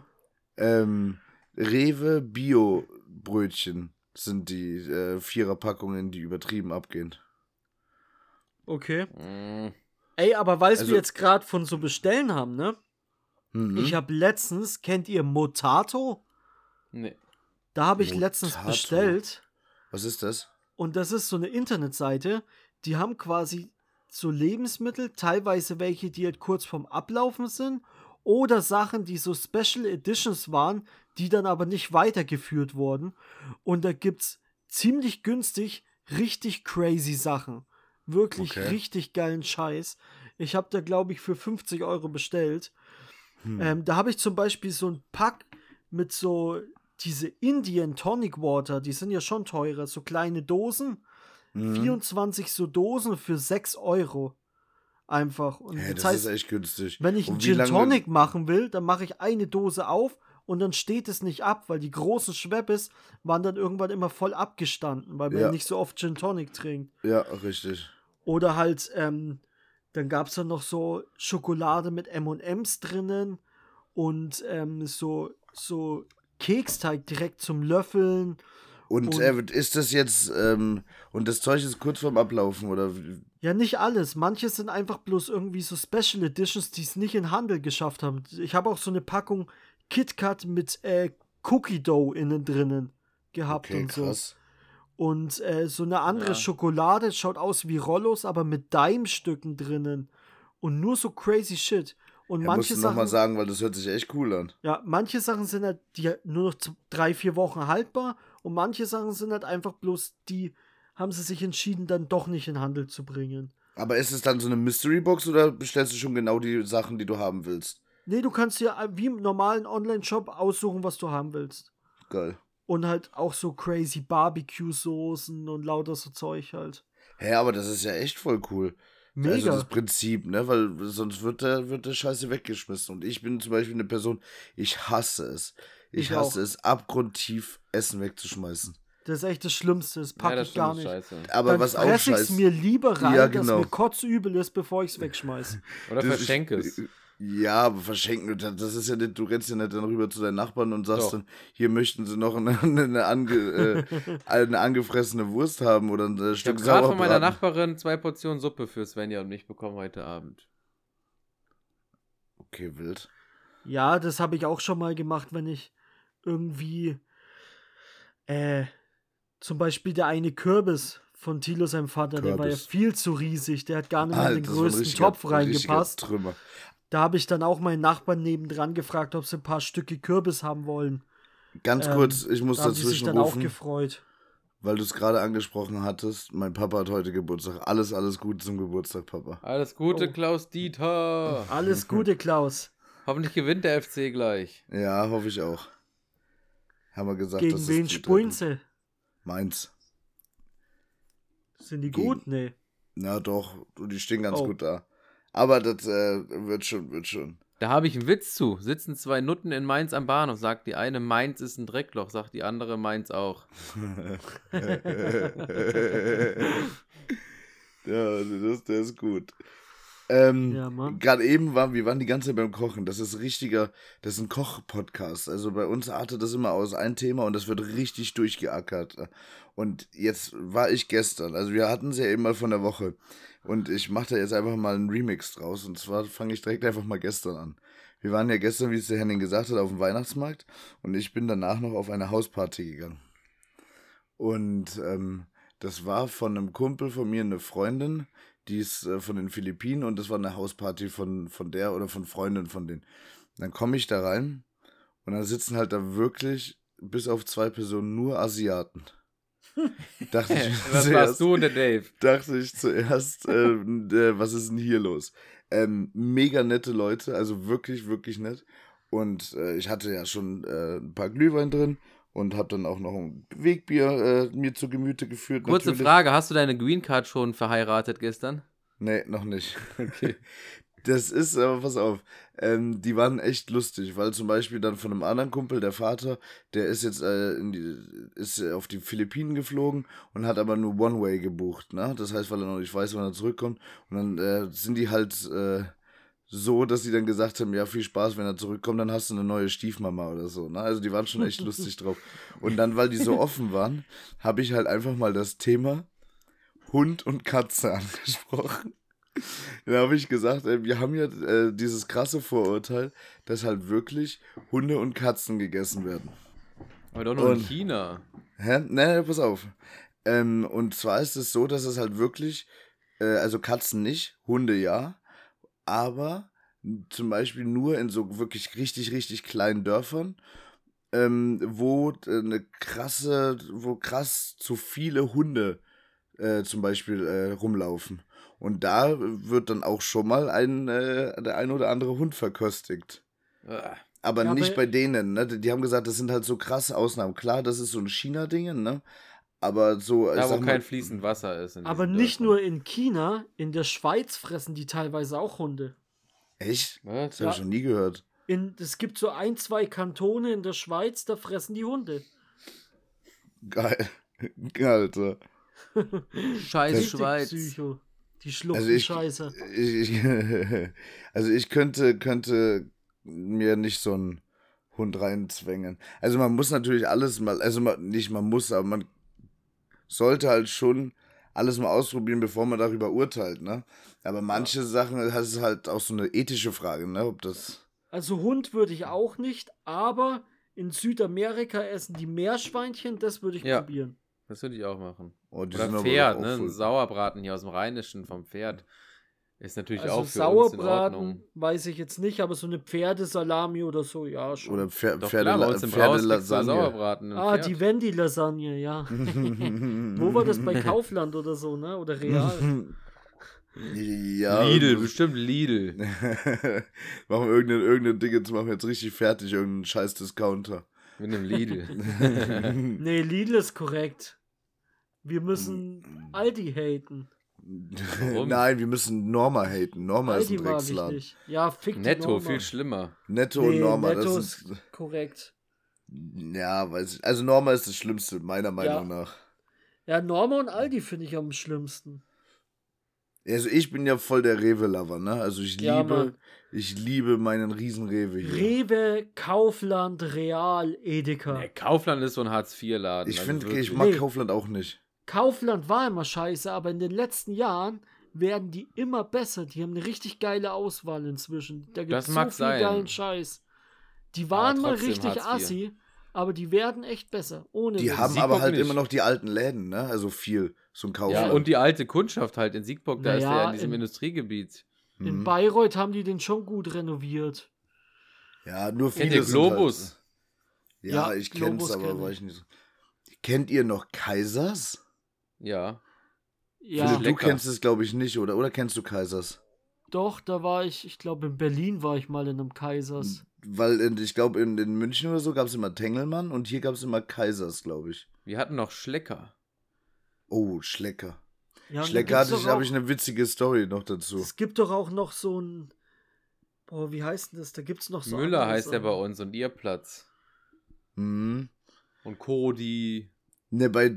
Rewe Bio Brötchen sind die 4er-Packungen, die übertrieben abgehen. Okay. Mm, Ey, aber weil Also- wir jetzt gerade von so Bestellen haben, ne? Mhm. Ich habe letztens, kennt ihr Motato? nee. Da habe ich letztens Motato. bestellt. Was ist das? Und das ist so eine Internetseite, die haben quasi so Lebensmittel, teilweise welche, die halt kurz vorm Ablaufen sind oder Sachen, die so Special Editions waren, die dann aber nicht weitergeführt wurden. Und da gibt's ziemlich günstig richtig crazy Sachen. Wirklich Okay. richtig geilen Scheiß. Ich habe da, glaube ich, für 50 Euro bestellt. Hm. Da habe ich zum Beispiel so ein Pack mit so diese Indian Tonic Water, die sind ja schon teurer, so kleine Dosen. Mhm. 24 so Dosen für 6 Euro. Einfach. Und Hä, das das heißt, ist echt günstig. wenn ich einen Und wie Gin lange- Tonic machen will, dann mache ich eine Dose auf und dann steht es nicht ab, weil die großen Schweppes waren dann irgendwann immer voll abgestanden, weil man Ja. nicht so oft Gin Tonic trinkt. Ja, richtig. Oder halt, dann gab es dann noch so Schokolade mit M&M's drinnen und so Keksteig direkt zum Löffeln. Und ist das jetzt, und das Zeug ist kurz vorm Ablaufen, oder? Ja, nicht alles. Manche sind einfach bloß irgendwie so Special Editions, die es nicht in Handel geschafft haben. Ich habe auch so eine Packung KitKat mit Cookie Dough innen drinnen gehabt Okay, und so. krass. Und so eine andere Ja. Schokolade, schaut aus wie Rollos, aber mit Daimstücken drinnen. Und nur so crazy shit. Und Ja, manche musst du nochmal Sachen, sagen, weil das hört sich echt cool an. ja, manche Sachen sind halt nur noch 3-4 Wochen haltbar und manche Sachen sind halt einfach bloß, die haben sie sich entschieden, dann doch nicht in Handel zu bringen. Aber ist es dann so eine Mystery Box oder bestellst du schon genau die Sachen, die du haben willst? Nee, du kannst dir wie im normalen Online-Shop aussuchen, was du haben willst. Geil. Und halt auch so crazy Barbecue-Soßen und lauter so Zeug halt. Hä, aber das ist ja echt voll cool. Also Mega. das Prinzip, ne? Weil sonst wird der Scheiße weggeschmissen. Und ich bin zum Beispiel eine Person, ich hasse es. Ich Ich hasse auch. es, abgrundtief Essen wegzuschmeißen. Das ist echt das Schlimmste, das Ja, packe das ich gar stimmt, nicht. ist scheiße. Aber Dann was auch fress ich's scheiße. mir lieber rein, Ja, dass genau. mir kotzübel ist, bevor ich's wegschmeiß. Oder Das verschenke ist- es. Ja, aber verschenken, das ist ja nicht, du rennst ja nicht dann rüber zu deinen Nachbarn und sagst Doch. dann, hier möchten sie noch eine angefressene Wurst haben oder ein Ich habe Stück gerade von meiner Sauerbraten. Nachbarin 2 Portionen Suppe für Svenja und mich bekommen heute Abend. Okay, wild. Ja, das habe ich auch schon mal gemacht, wenn ich irgendwie zum Beispiel der eine Kürbis von Thilo, seinem Vater, der war ja Kürbis. viel zu riesig, der hat gar nicht mehr in den Alter, das war ein größten richtiger- Topf ein richtiger reingepasst. Trümmer. Da habe ich dann auch meinen Nachbarn nebendran gefragt, ob sie ein paar Stücke Kürbis haben wollen. Ganz kurz, ich muss Da haben die sich dazwischen dann auch rufen, gefreut. weil du es gerade angesprochen hattest. Mein Papa hat heute Geburtstag. Alles Gute zum Geburtstag, Papa. Alles Gute, Oh. Klaus Dieter. Alles Gute, Klaus. Hoffentlich gewinnt der FC gleich. Ja, hoffe ich auch. Haben wir gesagt, Gegen dass wen das spulen sie? Mainz. Sind die Gegen- gut? Nee. Na doch, die stehen ganz Oh. gut da. Aber das wird schon. Da habe ich einen Witz zu. Sitzen 2 Nutten in Mainz am Bahnhof. Sagt die eine, Mainz ist ein Dreckloch. Sagt die andere, Mainz auch. Ja, der ist gut. Ja, Mann. Gerade eben wir waren die ganze Zeit beim Kochen. Das ist ein Koch-Podcast. Also bei uns artet das immer aus ein Thema und das wird richtig durchgeackert. Und jetzt war ich gestern, also wir hatten es ja eben mal von der Woche. Und ich mache da jetzt einfach mal einen Remix draus. Und zwar fange ich direkt einfach mal gestern an. Wir waren ja gestern, wie es der Henning gesagt hat, auf dem Weihnachtsmarkt. Und ich bin danach noch auf eine Hausparty gegangen. Und das war von einem Kumpel von mir, eine Freundin, die ist von den Philippinen und das war eine Hausparty von der oder von Freundin von denen. Dann komme ich da rein und dann sitzen halt da wirklich bis auf 2 Personen nur Asiaten. Dachte ich Was warst du und der Dave? dachte ich zuerst, was ist denn hier los? Mega nette Leute, also wirklich, wirklich nett. Und ich hatte ja schon ein paar Glühwein drin und habe dann auch noch ein Wegbier mir zu Gemüte geführt. Kurze natürlich. Frage, hast du deine Green Card schon verheiratet gestern? Nee, noch nicht. Okay. Das ist, aber pass auf, die waren echt lustig, weil zum Beispiel dann von einem anderen Kumpel, der Vater, der ist jetzt ist auf die Philippinen geflogen und hat aber nur One-Way gebucht, ne? Das heißt, weil er noch nicht weiß, wann er zurückkommt. Und dann sind die halt so, dass sie dann gesagt haben, ja, viel Spaß, wenn er zurückkommt, dann hast du eine neue Stiefmama oder so, ne? Also die waren schon echt lustig drauf. Und dann, weil die so offen waren, habe ich halt einfach mal das Thema Hund und Katze angesprochen. Da habe ich gesagt, wir haben ja dieses krasse Vorurteil, dass halt wirklich Hunde und Katzen gegessen werden. Aber doch nur in Und- China. Hä? Nee, pass auf. Und zwar ist es so, dass es halt wirklich, also Katzen nicht, Hunde ja, aber zum Beispiel nur in so wirklich richtig, richtig kleinen Dörfern, wo krass zu viele Hunde zum Beispiel rumlaufen. Und da wird dann auch schon mal der ein oder andere Hund verköstigt. Aber Ja, nicht aber- bei denen, ne? Die haben gesagt, das sind halt so krasse Ausnahmen. Klar, das ist so ein China-Ding, ne? Aber so, ich Da, wo sag mal, kein fließend Wasser ist. in Aber diesen nicht Dörfern. nur in China, in der Schweiz fressen die teilweise auch Hunde. echt? Was? Das habe ich schon nie gehört. Es gibt so 2 Kantone in der Schweiz, da fressen die Hunde. Geil. Geil, Alter. Scheiß Richtig Schweiz. Psycho. Die Also schlucken ich, Scheiße. also ich könnte mir nicht so einen Hund reinzwängen. Also man muss natürlich alles mal, nicht man muss, aber man sollte halt schon alles mal ausprobieren, bevor man darüber urteilt, ne? Aber manche Sachen, das ist halt auch so eine ethische Frage, ne? Ob das... Also Hund würde ich auch nicht, aber in Südamerika essen die Meerschweinchen, das würde ich Ja. probieren. Das würde ich auch machen. Oh, die Oder sind aber Pferd, auch ne? Ein voll- Sauerbraten hier aus dem Rheinischen vom Pferd. Ist natürlich Also auch für uns in Sauerbraten Ordnung. weiß ich jetzt nicht, aber so eine Pferdesalami oder so, ja schon. Oder Doch klar, bei uns im Haus kriegst du Pferdelasagne. Sauerbraten. im Pferd. Die Wendy-Lasagne, ja. Wo war das bei Kaufland oder so, ne? Oder Real? Ja. Lidl, bestimmt Lidl. Machen wir irgendeine Dinge, jetzt machen wir jetzt richtig fertig, irgendeinen scheiß Discounter. Mit einem Lidl. Nee, Lidl ist korrekt. Wir müssen Aldi haten. Warum? Nein, wir müssen Norma haten. Norma ist Aldi ein mag ich Drecksladen. nicht. Ja, fick die Netto, Norma. viel schlimmer. Netto Nee, und Norma, Netto das ist... korrekt. Ja, weiß ich. Also Norma ist das Schlimmste, meiner Meinung nach. Ja, Norma und Aldi finde ich am schlimmsten. Also ich bin ja voll der Rewe-Lover, ne? Also Ja, Mann. ich liebe meinen riesen Rewe hier. Rewe, Kaufland, Real, Edeka. Nee, Kaufland ist so ein Hartz-IV-Laden. Ich also finde, wirklich. ich mag Nee. Kaufland auch nicht. Kaufland war immer scheiße, aber in den letzten Jahren werden die immer besser. Die haben eine richtig geile Auswahl inzwischen. Da gibt Das es so mag viel sein. geilen Scheiß. Die waren mal trotzdem richtig Hartz IV. assi, aber die werden echt besser. Ohne Die Witz. haben Siegburg aber halt nicht. immer noch die alten Läden, ne? Also viel. So ein Ja, Kaufland. und die alte Kundschaft halt in Siegburg, da ist Naja, der in diesem in- Industriegebiet. In Bayreuth haben die den schon gut renoviert. Ja, nur Kennt viele ihr sind Globus? Halt, ja, Ja, ich kenn's, Globus aber kenn war ich. ich nicht so. Kennt ihr noch Kaisers? Ja. Ja, Philipp, du lecker. kennst es, glaube ich, nicht, oder? Oder kennst du Kaisers? doch, da war ich glaube in Berlin war ich mal in einem Kaisers. Weil ich glaube, in München oder so gab es immer Tengelmann und hier gab es immer Kaisers, glaube ich. Wir hatten noch Schlecker. Oh, Schlecker. Ja, und da Schlecker gibt's doch habe auch- ich eine witzige Story noch dazu. Es gibt doch auch noch so ein. Boah, wie heißt denn das? Da gibt's noch so. Müller andere heißt der Sachen. bei uns und ihr Platz. Mhm. Und Cody. Ne, bei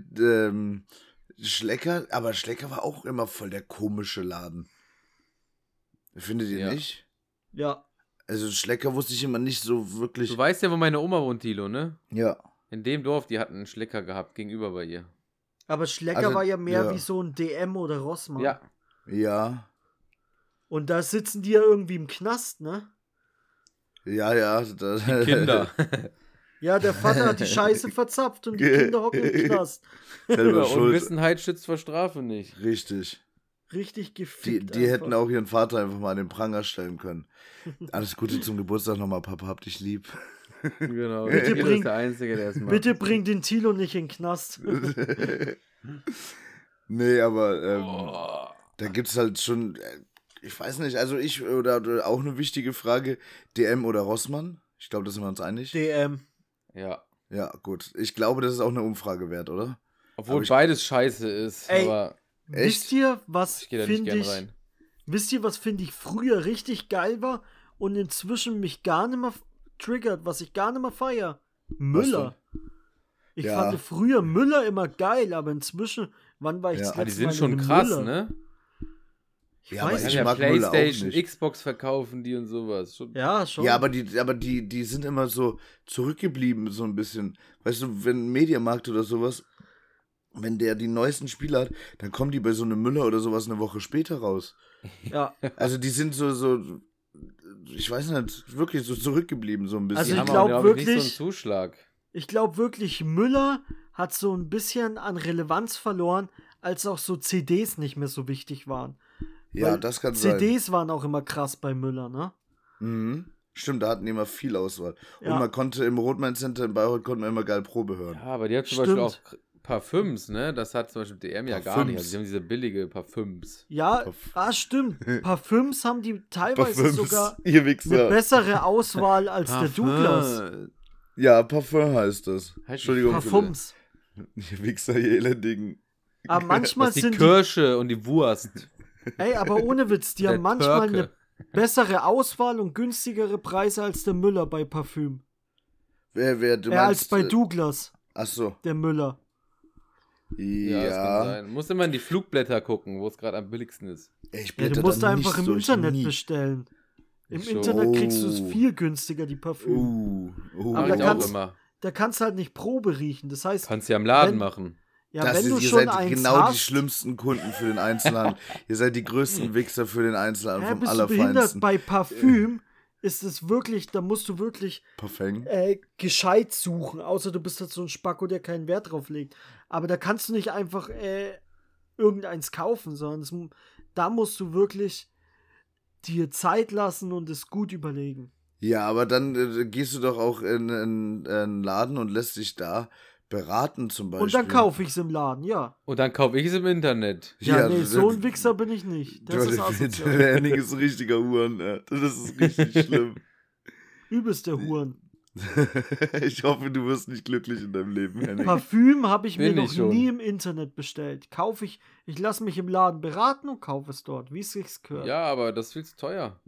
Schlecker, aber Schlecker war auch immer voll der komische Laden. Findet ihr Ja. nicht? Ja. Also Schlecker wusste ich immer nicht so wirklich. Du weißt ja, wo meine Oma wohnt, Thilo, ne? Ja. In dem Dorf, die hatten einen Schlecker gehabt, gegenüber bei ihr. Aber Schlecker Also, war ja mehr ja. wie so ein DM oder Rossmann. Ja. Ja. Und da sitzen die ja irgendwie im Knast, ne? Ja, ja. Die Kinder. Ja, der Vater hat die Scheiße verzapft und die Kinder hocken im Knast. Selber schuld. Unwissenheit schützt vor Strafe nicht. Richtig. Richtig Die, gefickt. die hätten einfach. auch ihren Vater einfach mal an den Pranger stellen können. Alles Gute zum Geburtstag nochmal, Papa, hab dich lieb. Genau. Bitte Thilo bring- ist der Einzige, der es macht. Bitte bring den Tilo nicht in den Knast. Nee, aber Oh. da gibt's halt schon, ich weiß nicht, also oder auch eine wichtige Frage, DM oder Rossmann? Ich glaube, da sind wir uns einig. DM. Ja. Ja, gut. Ich glaube, das ist auch eine Umfrage wert, oder? Obwohl Aber ich- beides scheiße ist. Ey, aber Echt? Wisst ihr, was ich gehe da nicht finde gern ich, rein. wisst ihr, was finde ich früher richtig geil war und inzwischen mich gar nicht mehr triggert, was ich gar nicht mehr feier? Müller. Ich Ja. fand früher Müller immer geil, aber inzwischen, wann war ich Ja. das Aber die letzte sind Mal schon in einem krass, Müller? ne? Ich Ja, aber weiß Die ich nicht. haben ja mag Müller auch Playstation, nicht. Xbox verkaufen die und sowas. Schon. Ja, schon. Ja, aber die sind immer so zurückgeblieben, so ein bisschen. Weißt du, wenn ein Mediamarkt oder sowas, wenn der die neuesten Spiele hat, dann kommen die bei so einem Müller oder sowas eine Woche später raus. ja. Also die sind so, ich weiß nicht, wirklich so zurückgeblieben, so ein bisschen. Also Die ich haben glaub auch, glaub ich, nicht so einen wirklich- Zuschlag. Ich glaube wirklich, Müller hat so ein bisschen an Relevanz verloren, als auch so CDs nicht mehr so wichtig waren. ja, Weil das kann sein. CDs waren auch immer krass bei Müller, ne? Mhm. Stimmt, da hatten die immer viel Auswahl. Ja. Und man konnte im Rothman Center in Bayreuth konnte man immer geil Probe hören. Ja, aber die hat zum Beispiel auch Stimmt. Parfüms, ne? Das hat zum Beispiel DM ja gar nicht. Also die haben diese billige Parfüms. Ja, stimmt. Parfüms haben die teilweise sogar ihr eine Wichser. bessere Auswahl als der Douglas. Ja, Parfum heißt das. Heißt Entschuldigung. Parfums. Ihr Wichser, ihr elendigen. Aber manchmal Das ist die sind die, Kirsche und die Wurst. aber ohne Witz, die Der haben manchmal Türke. eine bessere Auswahl und günstigere Preise als der Müller bei Parfüm. Wer, du Als meinst, bei Douglas, Achso. der Müller. Ja, das kann Ja. sein. Muss immer in die Flugblätter gucken, wo es gerade am billigsten ist. Ich Ja, blätter du musst da einfach nicht im durch, Internet nie. bestellen. Im Ich schon. Internet kriegst du es Oh. viel günstiger, die Parfüm. Aber Aber Mach da ich kannst- auch immer. Da kannst du halt nicht Probe riechen. Das heißt, Kannst ja im Laden wenn- machen. ja, das wenn ist, du ihr schon seid eins genau hast, die schlimmsten Kunden für den Einzelhandel. Ihr seid die größten Wichser für den Einzelhandel vom bist du behindert? Allerfeinsten. Bei Parfüm ist es wirklich, da musst du wirklich Parfum. gescheit suchen, außer du bist halt so ein Spacko, der keinen Wert drauf legt. Aber da kannst du nicht einfach irgendeins kaufen, sondern da musst du wirklich dir Zeit lassen und es gut überlegen. Ja, aber dann gehst du doch auch in einen Laden und lässt dich da beraten zum Beispiel. Und dann kaufe ich es im Laden, ja. Und dann kaufe ich es im Internet. Ja, nee, so ein Wichser bin ich nicht. Das ist asozial. Der Henning ist ein richtiger Huren. Das ist richtig schlimm. Übelste Huren. Ich hoffe, du wirst nicht glücklich in deinem Leben, Henning. Parfüm habe ich mir Bin noch ich schon. nie im Internet bestellt. Ich lasse mich im Laden beraten und kaufe es dort, wie es sich gehört. Ja, aber das ist viel zu teuer.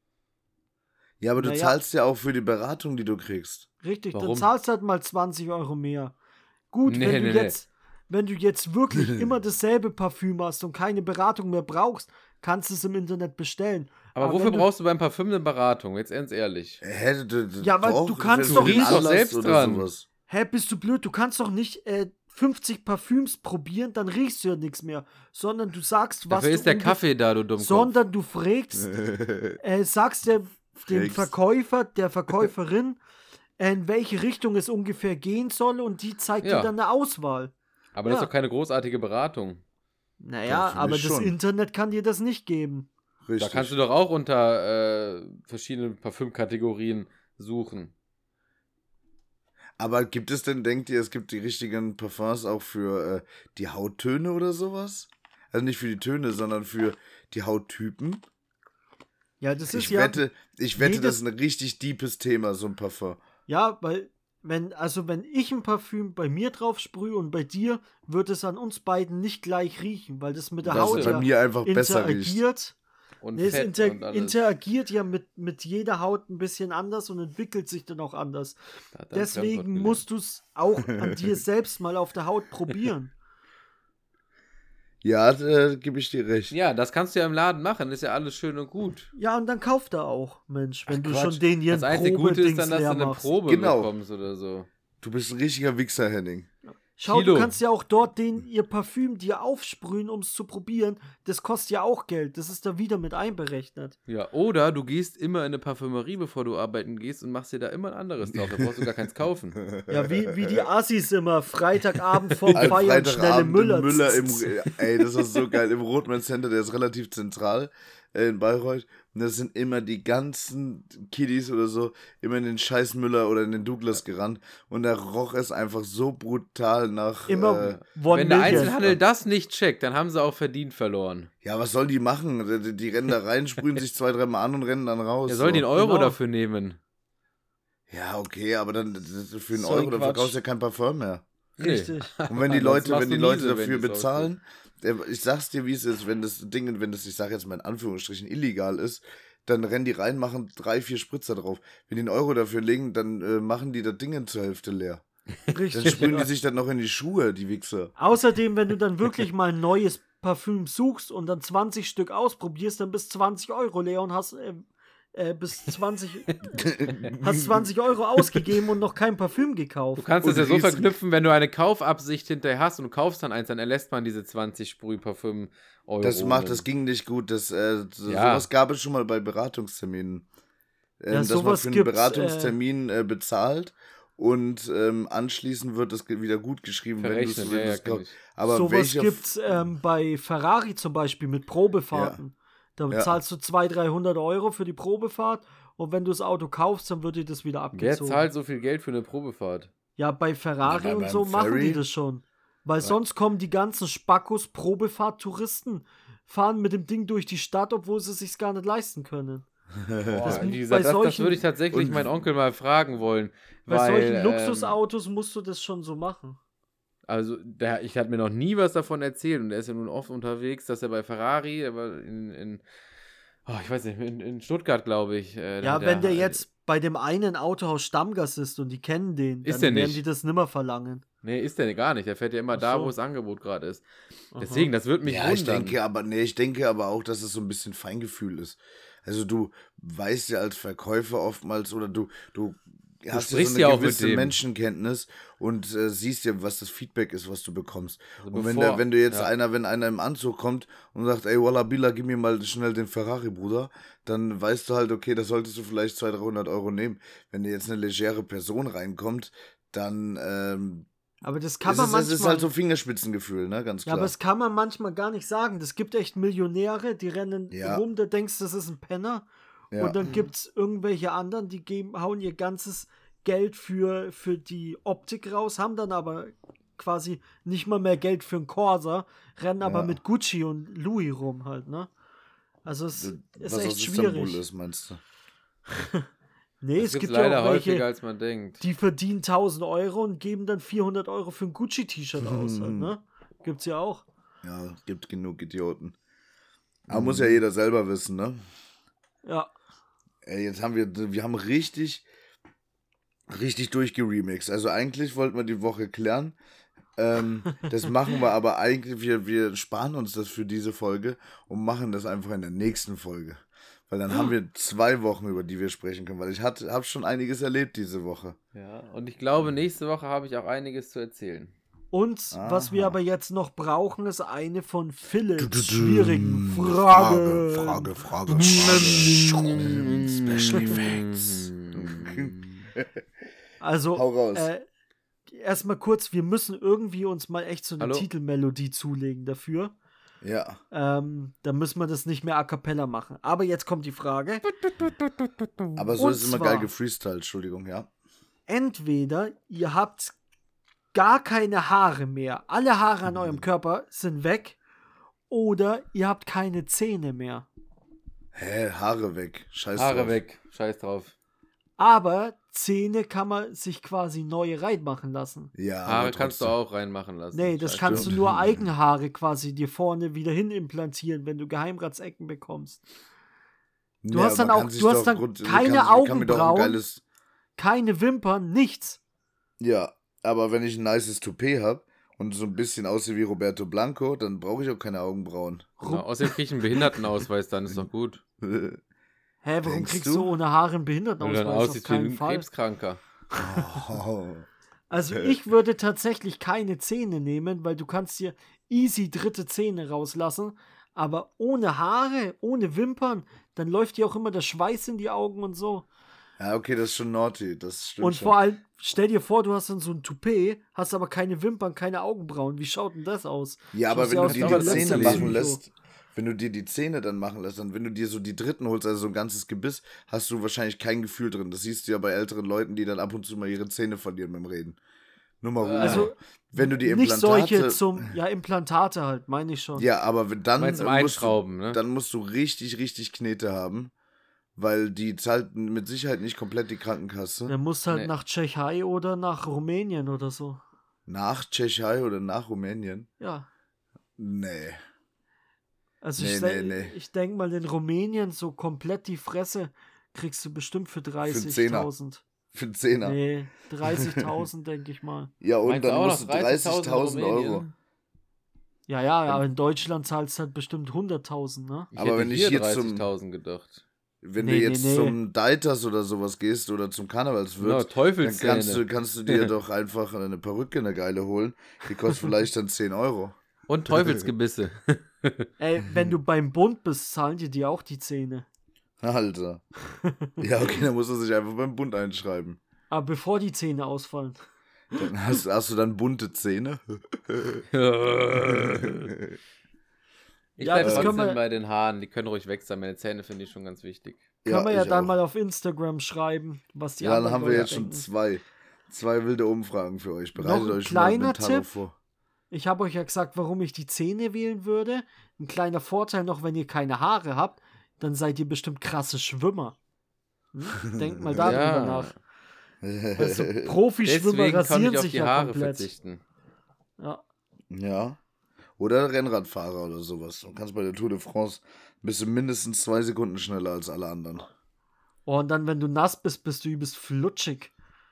Ja, aber du Naja. zahlst ja auch für die Beratung, die du kriegst. Richtig, dann Warum? zahlst du halt mal 20 Euro mehr. Gut, Nee, wenn nee, du jetzt wirklich immer dasselbe Parfüm hast und keine Beratung mehr brauchst, kannst du es im Internet bestellen. Aber wofür wenn du- brauchst du beim Parfüm eine Beratung? Jetzt ganz ehrlich. Hä? Ja, weil doch, du kannst wenn doch für einen riechst doch Anlass selbst oder dran. sowas. Hä, bist du blöd? Du kannst doch nicht 50 Parfüms probieren, dann riechst du ja nichts mehr. Sondern du sagst, was Dafür du ist der Kaffee da, du Dummkopf. Sondern du fragst, sagst dem Fragst. Verkäufer, der Verkäuferin, in welche Richtung es ungefähr gehen soll und die zeigt Ja. dir dann eine Auswahl. Aber das ist Ja. doch keine großartige Beratung. Naja, für aber mich das schon. Internet kann dir das nicht geben. Richtig. Da kannst du doch auch unter verschiedenen Parfümkategorien suchen. Aber gibt es denn, denkt ihr, es gibt die richtigen Parfums auch für die Hauttöne oder sowas? Also nicht für die Töne, sondern für die Hauttypen? Ja, das ist Ich ja. wette, das jedes- ist ein richtig deepes Thema, so ein Parfum. Ja, weil, wenn ich ein Parfüm bei mir drauf sprühe und bei dir, wird es an uns beiden nicht gleich riechen, weil das mit der Das Haut ist bei ja mir einfach besser riecht. interagiert. Und Nee, es Fett und alles. interagiert ja mit jeder Haut ein bisschen anders und entwickelt sich dann auch anders. Da hat er ein Deswegen Fremdwort musst du es auch an dir selbst mal auf der Haut probieren. Ja, gebe ich dir recht. Ja, das kannst du ja im Laden machen, ist ja alles schön und gut. Ja, und dann kauf da auch, Mensch, wenn Ach, du Quatsch. schon den hier Das einzige Gute ist dann, dass du eine machst. Probe Genau. bekommst oder so. Du bist ein richtiger Wichser, Henning. Schau, Kilo. du kannst ja auch dort ihr Parfüm dir aufsprühen, um es zu probieren. Das kostet ja auch Geld. Das ist da wieder mit einberechnet. Ja, oder du gehst immer in eine Parfümerie, bevor du arbeiten gehst und machst dir da immer ein anderes drauf. Da brauchst du gar keins kaufen. Ja, wie die Assis immer, Freitagabend vorm Ein Feiern schnelle Freitagabend Müller. im Müller ey, das ist so geil. Im Rothman Center, der ist relativ zentral in Bayreuth. Und das sind immer die ganzen Kiddies oder so, immer in den scheiß Müller oder in den Douglas gerannt. Und da roch es einfach so brutal nach. Immer Wenn der Einzelhandel das nicht checkt, dann haben sie auch verdient verloren. Ja, was soll die machen? Die rennen da rein, sprühen sich 2-3 Mal an und rennen dann raus. Er soll so. den Euro Genau. dafür nehmen. Ja, okay, aber dann für einen So ein Euro, dann Quatsch. verkaufst du ja kein Parfum mehr. Richtig. Und wenn die Sonst Leute, machst wenn du die Leute miese, wenn dafür die es bezahlen, ich sag's dir, wie es ist, wenn das Ding, ich sag jetzt mal in Anführungsstrichen, illegal ist, dann rennen die rein, machen 3-4 Spritzer drauf. Wenn die einen Euro dafür legen, dann machen die das Ding zur Hälfte leer. Dann Richtig. sprühen die sich dann noch in die Schuhe, die Wichser. Außerdem, wenn du dann wirklich mal ein neues Parfüm suchst und dann 20 Stück ausprobierst, dann bist 20 Euro leer und hast bis 20 hast 20 Euro ausgegeben und noch kein Parfüm gekauft. Du kannst Und es ja so riesig. verknüpfen, wenn du eine Kaufabsicht hinterher hast und du kaufst dann eins, dann erlässt man diese 20 Sprühparfüm-Euro. Das ging nicht gut. Sowas gab es schon mal bei Beratungsterminen. Ja, Dass man sowas für einen gibt's, Beratungstermin bezahlt und anschließend wird das wieder gut geschrieben, wenn Verrechnet, du ja, es kenn ich. Aber Sowas welcher gibt's bei Ferrari zum Beispiel mit Probefahrten. Da Ja. bezahlst du 200-300 Euro für die Probefahrt und wenn du das Auto kaufst, dann wird dir das wieder Wer abgezogen. zahlt so viel Geld für eine Probefahrt? Ja, bei Ferrari Ja, und beim so machen die Ferry? das schon. Weil sonst kommen die ganzen Spackos Probefahrt-Touristen, fahren mit dem Ding durch die Stadt, obwohl sie es sich gar nicht leisten können. Boah, wie bei gesagt, das solchen- würde ich tatsächlich und- meinen Onkel mal fragen wollen. Bei weil, solchen Luxusautos musst du das schon so machen. Also, ich hatte mir noch nie was davon erzählt und er ist ja nun oft unterwegs, dass er bei Ferrari, er war ich weiß nicht, in Stuttgart, glaube ich. Ja, wenn der jetzt bei dem einen Autohaus Stammgast ist und die kennen den, Ist dann der werden nicht. die das nimmer verlangen. Nee, ist der gar nicht. Der fährt ja immer Ach da, so. wo das Angebot gerade ist. Aha. Deswegen, das würde mich Ja, wundern. ich denke aber auch, dass es so ein bisschen Feingefühl ist. Also du weißt ja als Verkäufer oftmals oder du hast ja sprichst so ja eine auch mit gewisse dem. Menschenkenntnis und siehst ja, was das Feedback ist, was du bekommst. Also Und bevor- wenn du jetzt ja. wenn einer im Anzug kommt und sagt, ey, Walla Bila, gib mir mal schnell den Ferrari, Bruder, dann weißt du halt, okay, da solltest du vielleicht 200-300 Euro nehmen. Wenn dir jetzt eine legere Person reinkommt, dann Aber das kann es man ist, manchmal. es ist halt so Fingerspitzengefühl, ne, ganz ja, klar. aber das kann man manchmal gar nicht sagen. Das gibt echt Millionäre, die rennen Ja. rum, da denkst du, das ist ein Penner. Ja. Und dann gibt es irgendwelche anderen, die hauen ihr ganzes Geld für die Optik raus, haben dann aber quasi nicht mal mehr Geld für einen Corsa, rennen aber Ja. mit Gucci und Louis rum halt, ne? Also es ist was echt aus Istanbul schwierig. ist, meinst du? Nee, Das es gibt's gibt ja leider auch welche, häufiger, als man denkt. die verdienen 1000 Euro und geben dann 400 Euro für ein Gucci-T-Shirt aus, halt, ne? Gibt's ja auch. Ja, gibt genug Idioten. Aber muss ja jeder selber wissen, ne? Ja. Ey, jetzt haben wir haben richtig durchgeremixed. Also eigentlich wollten wir die Woche klären. Das machen wir aber eigentlich, wir sparen uns das für diese Folge und machen das einfach in der nächsten Folge. Weil dann haben wir 2 Wochen, über die wir sprechen können. Weil ich habe schon einiges erlebt diese Woche. Ja, und ich glaube, nächste Woche habe ich auch einiges zu erzählen. Und was wir Aha. aber jetzt noch brauchen, ist eine von Philips schwierigen Fragen. Frage. Special Effects. Also, Hau raus. erstmal kurz, wir müssen irgendwie uns mal echt so eine Hallo? Titelmelodie zulegen dafür. Ja. Dann müssen wir das nicht mehr a cappella machen. Aber jetzt kommt die Frage. Aber so Und ist es immer zwar- geil gefreestylt, Entschuldigung, ja. Entweder ihr habt gar keine Haare mehr, alle Haare an eurem Körper sind weg, oder ihr habt keine Zähne mehr. Hä, Haare weg. Scheiß Haare drauf. weg, scheiß drauf. Aber Zähne kann man sich quasi neu reinmachen lassen. Ja, Haare aber kannst du trotzdem. auch reinmachen lassen. Nee, das Scheiß kannst drauf. du nur Eigenhaare quasi dir vorne wieder hin implantieren, wenn du Geheimratsecken bekommst. Du hast dann man auch- kann sich du hast doch dann gut- keine ich kann mir doch ein Augenbrauen. geiles, Keine Wimpern, nichts. ja, aber wenn ich ein nices Toupet habe und so ein bisschen aussehe wie Roberto Blanco, dann brauche ich auch keine Augenbrauen. Genau, außerdem krieg ich einen Behindertenausweis, dann ist doch gut. Hä, warum Denkst kriegst du? du ohne Haare einen Weil du Behindertenausweis? dann Auf aussiehst wie keinen ein Fall. Krebskranker. Oh. Also ich würde tatsächlich keine Zähne nehmen, weil du kannst dir easy dritte Zähne rauslassen, aber ohne Haare, ohne Wimpern, dann läuft dir auch immer der Schweiß in die Augen und so. Ja, okay, das ist schon naughty, das stimmt Und schon. vor allem, stell dir vor, du hast dann so ein Toupet, hast aber keine Wimpern, keine Augenbrauen. Wie schaut denn das aus? Ja, aber Schaust wenn ja du aus dir wie die der Zähne letzte machen Psycho. lässt, wenn du dir die Zähne dann machen lässt, dann wenn du dir so die dritten holst, also so ein ganzes Gebiss, hast du wahrscheinlich kein Gefühl drin. Das siehst du ja bei älteren Leuten, die dann ab und zu mal ihre Zähne verlieren beim Reden. Nur mal Ruhe. Also, wenn du die Nicht Implantate... solche Implantate halt, meine ich schon. Ja, aber dann Meinst du musst Einschrauben, du, ne? dann musst du richtig Knete haben, weil die zahlt mit Sicherheit nicht komplett die Krankenkasse. Dann musst halt Nee. nach Tschechei oder nach Rumänien oder so. Nach Tschechei oder nach Rumänien? Ja. Nee. Also Nee. ich denke mal, in Rumänien so komplett die Fresse kriegst du bestimmt für einen Zehner. 30.000. Für einen Zehner. Nee, 30.000 denke ich mal. Ja, und Meinst du dann auch musst du noch 30.000 30.000 Euro. Rumänien? Ja, aber in Deutschland zahlst du halt bestimmt 100.000, ne? Ich Aber hätte wenn ich hier hier zum- 30.000 gedacht. Wenn Nee, du jetzt nee. zum Deiters oder sowas gehst oder zum Karnevalswirt, Genau, dann Teufelszähne. kannst du dir doch einfach eine Perücke, eine geile holen. Die kostet vielleicht dann 10 Euro. Und Teufelsgebisse. Ey, wenn du beim Bund bist, zahlen die auch die Zähne. Alter. Ja, okay, dann musst du sich einfach beim Bund einschreiben. Aber bevor die Zähne ausfallen. Dann hast du dann bunte Zähne. Ich Ja, bleib das können trotzdem wir- bei den Haaren. Die können ruhig weg sein. Meine Zähne finde ich schon ganz wichtig. Können wir ja ich dann auch. mal auf Instagram schreiben, was die Ja, dann anderen haben wir Leute jetzt schon denken. zwei wilde Umfragen für euch. Bereitet Noch ein euch schon mal kleiner mental Tipp. auf vor. Ich habe euch ja gesagt, warum ich die Zähne wählen würde. Ein kleiner Vorteil noch, wenn ihr keine Haare habt, dann seid ihr bestimmt krasse Schwimmer. Denkt mal darüber nach. Also Profischwimmer Deswegen konnte rasieren ich auf sich die ja Haare komplett. verzichten. Ja. Ja. Oder Rennradfahrer oder sowas. Du kannst bei der Tour de France bist du mindestens 2 Sekunden schneller als alle anderen. Oh, und dann, wenn du nass bist, bist du übelst flutschig.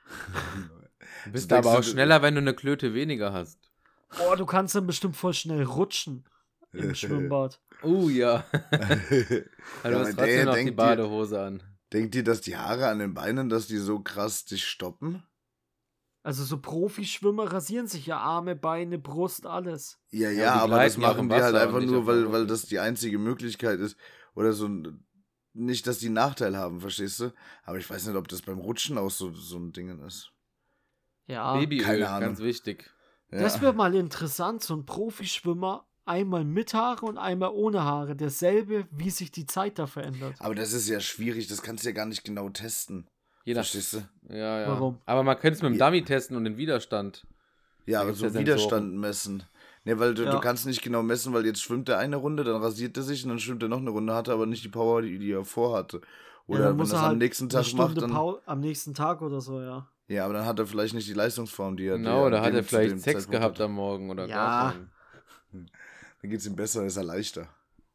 Du bist denkst aber du, auch schneller, wenn du eine Klöte weniger hast. Oh, du kannst dann bestimmt voll schnell rutschen im Schwimmbad. Oh ja. Also du aber hast trotzdem noch die denkt Badehose an. Denkt ihr, dass die Haare an den Beinen, dass die so krass dich stoppen? Also so Profischwimmer rasieren sich ja Arme, Beine, Brust, alles. Ja, die aber das gleiten ja auch machen im die halt Wasser einfach und nicht nur, auf der weil Luft. das die einzige Möglichkeit ist. Oder so nicht, dass die einen Nachteil haben, verstehst du? Aber ich weiß nicht, ob das beim Rutschen auch so ein Ding ist. Ja, Babyöl, keine Ahnung. ganz wichtig. Ja. das wäre mal interessant, so ein Profischwimmer, einmal mit Haare und einmal ohne Haare. Derselbe, wie sich die Zeit da verändert. Aber das ist ja schwierig, das kannst du ja gar nicht genau testen. Je nach, Verstehst du? ja. Warum? Aber man könnte es mit dem Ja. Dummy testen und den Widerstand. Ja, Da aber gibt's so ja Widerstand messen. Ne, weil du Ja. kannst nicht genau messen, weil jetzt schwimmt er eine Runde, dann rasiert er sich und dann schwimmt er noch eine Runde, hat aber nicht die Power, die er vorhatte. Ja, Oder dann wenn muss das er halt am nächsten eine Tag Stunde macht, dann. am nächsten Tag oder so, ja. Ja, aber dann hat er vielleicht nicht die Leistungsform, die er Genau, da hat er zu vielleicht dem Sex Zeitpunkt gehabt hatte. am Morgen oder Ja. gar keinen. Dann geht's ihm besser, ist er leichter.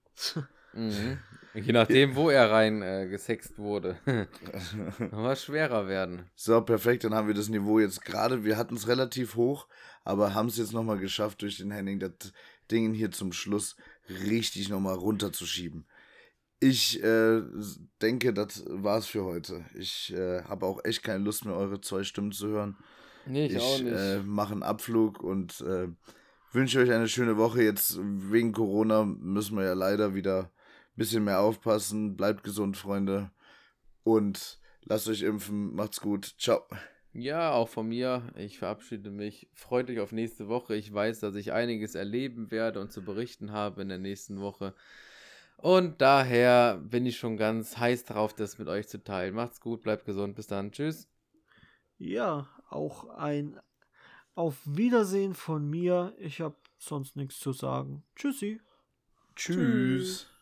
Mhm. Je nachdem, wo er rein gesext wurde. Aber schwerer werden. So, perfekt, dann haben wir das Niveau jetzt gerade, wir hatten es relativ hoch, aber haben es jetzt nochmal geschafft, durch den Henning das Ding hier zum Schluss richtig nochmal runterzuschieben. Ich denke, das war's für heute. Ich habe auch echt keine Lust mehr, eure 2 Stimmen zu hören. Nee, ich auch nicht. Mache einen Abflug und wünsche euch eine schöne Woche. Jetzt wegen Corona müssen wir ja leider wieder ein bisschen mehr aufpassen. Bleibt gesund, Freunde. Und lasst euch impfen. Macht's gut. Ciao. Ja, auch von mir. Ich verabschiede mich. Freut euch auf nächste Woche. Ich weiß, dass ich einiges erleben werde und zu berichten habe in der nächsten Woche. Und daher bin ich schon ganz heiß drauf, das mit euch zu teilen. Macht's gut, bleibt gesund. Bis dann. Tschüss. Ja, auch ein Auf Wiedersehen von mir. Ich habe sonst nichts zu sagen. Tschüssi. Tschüss.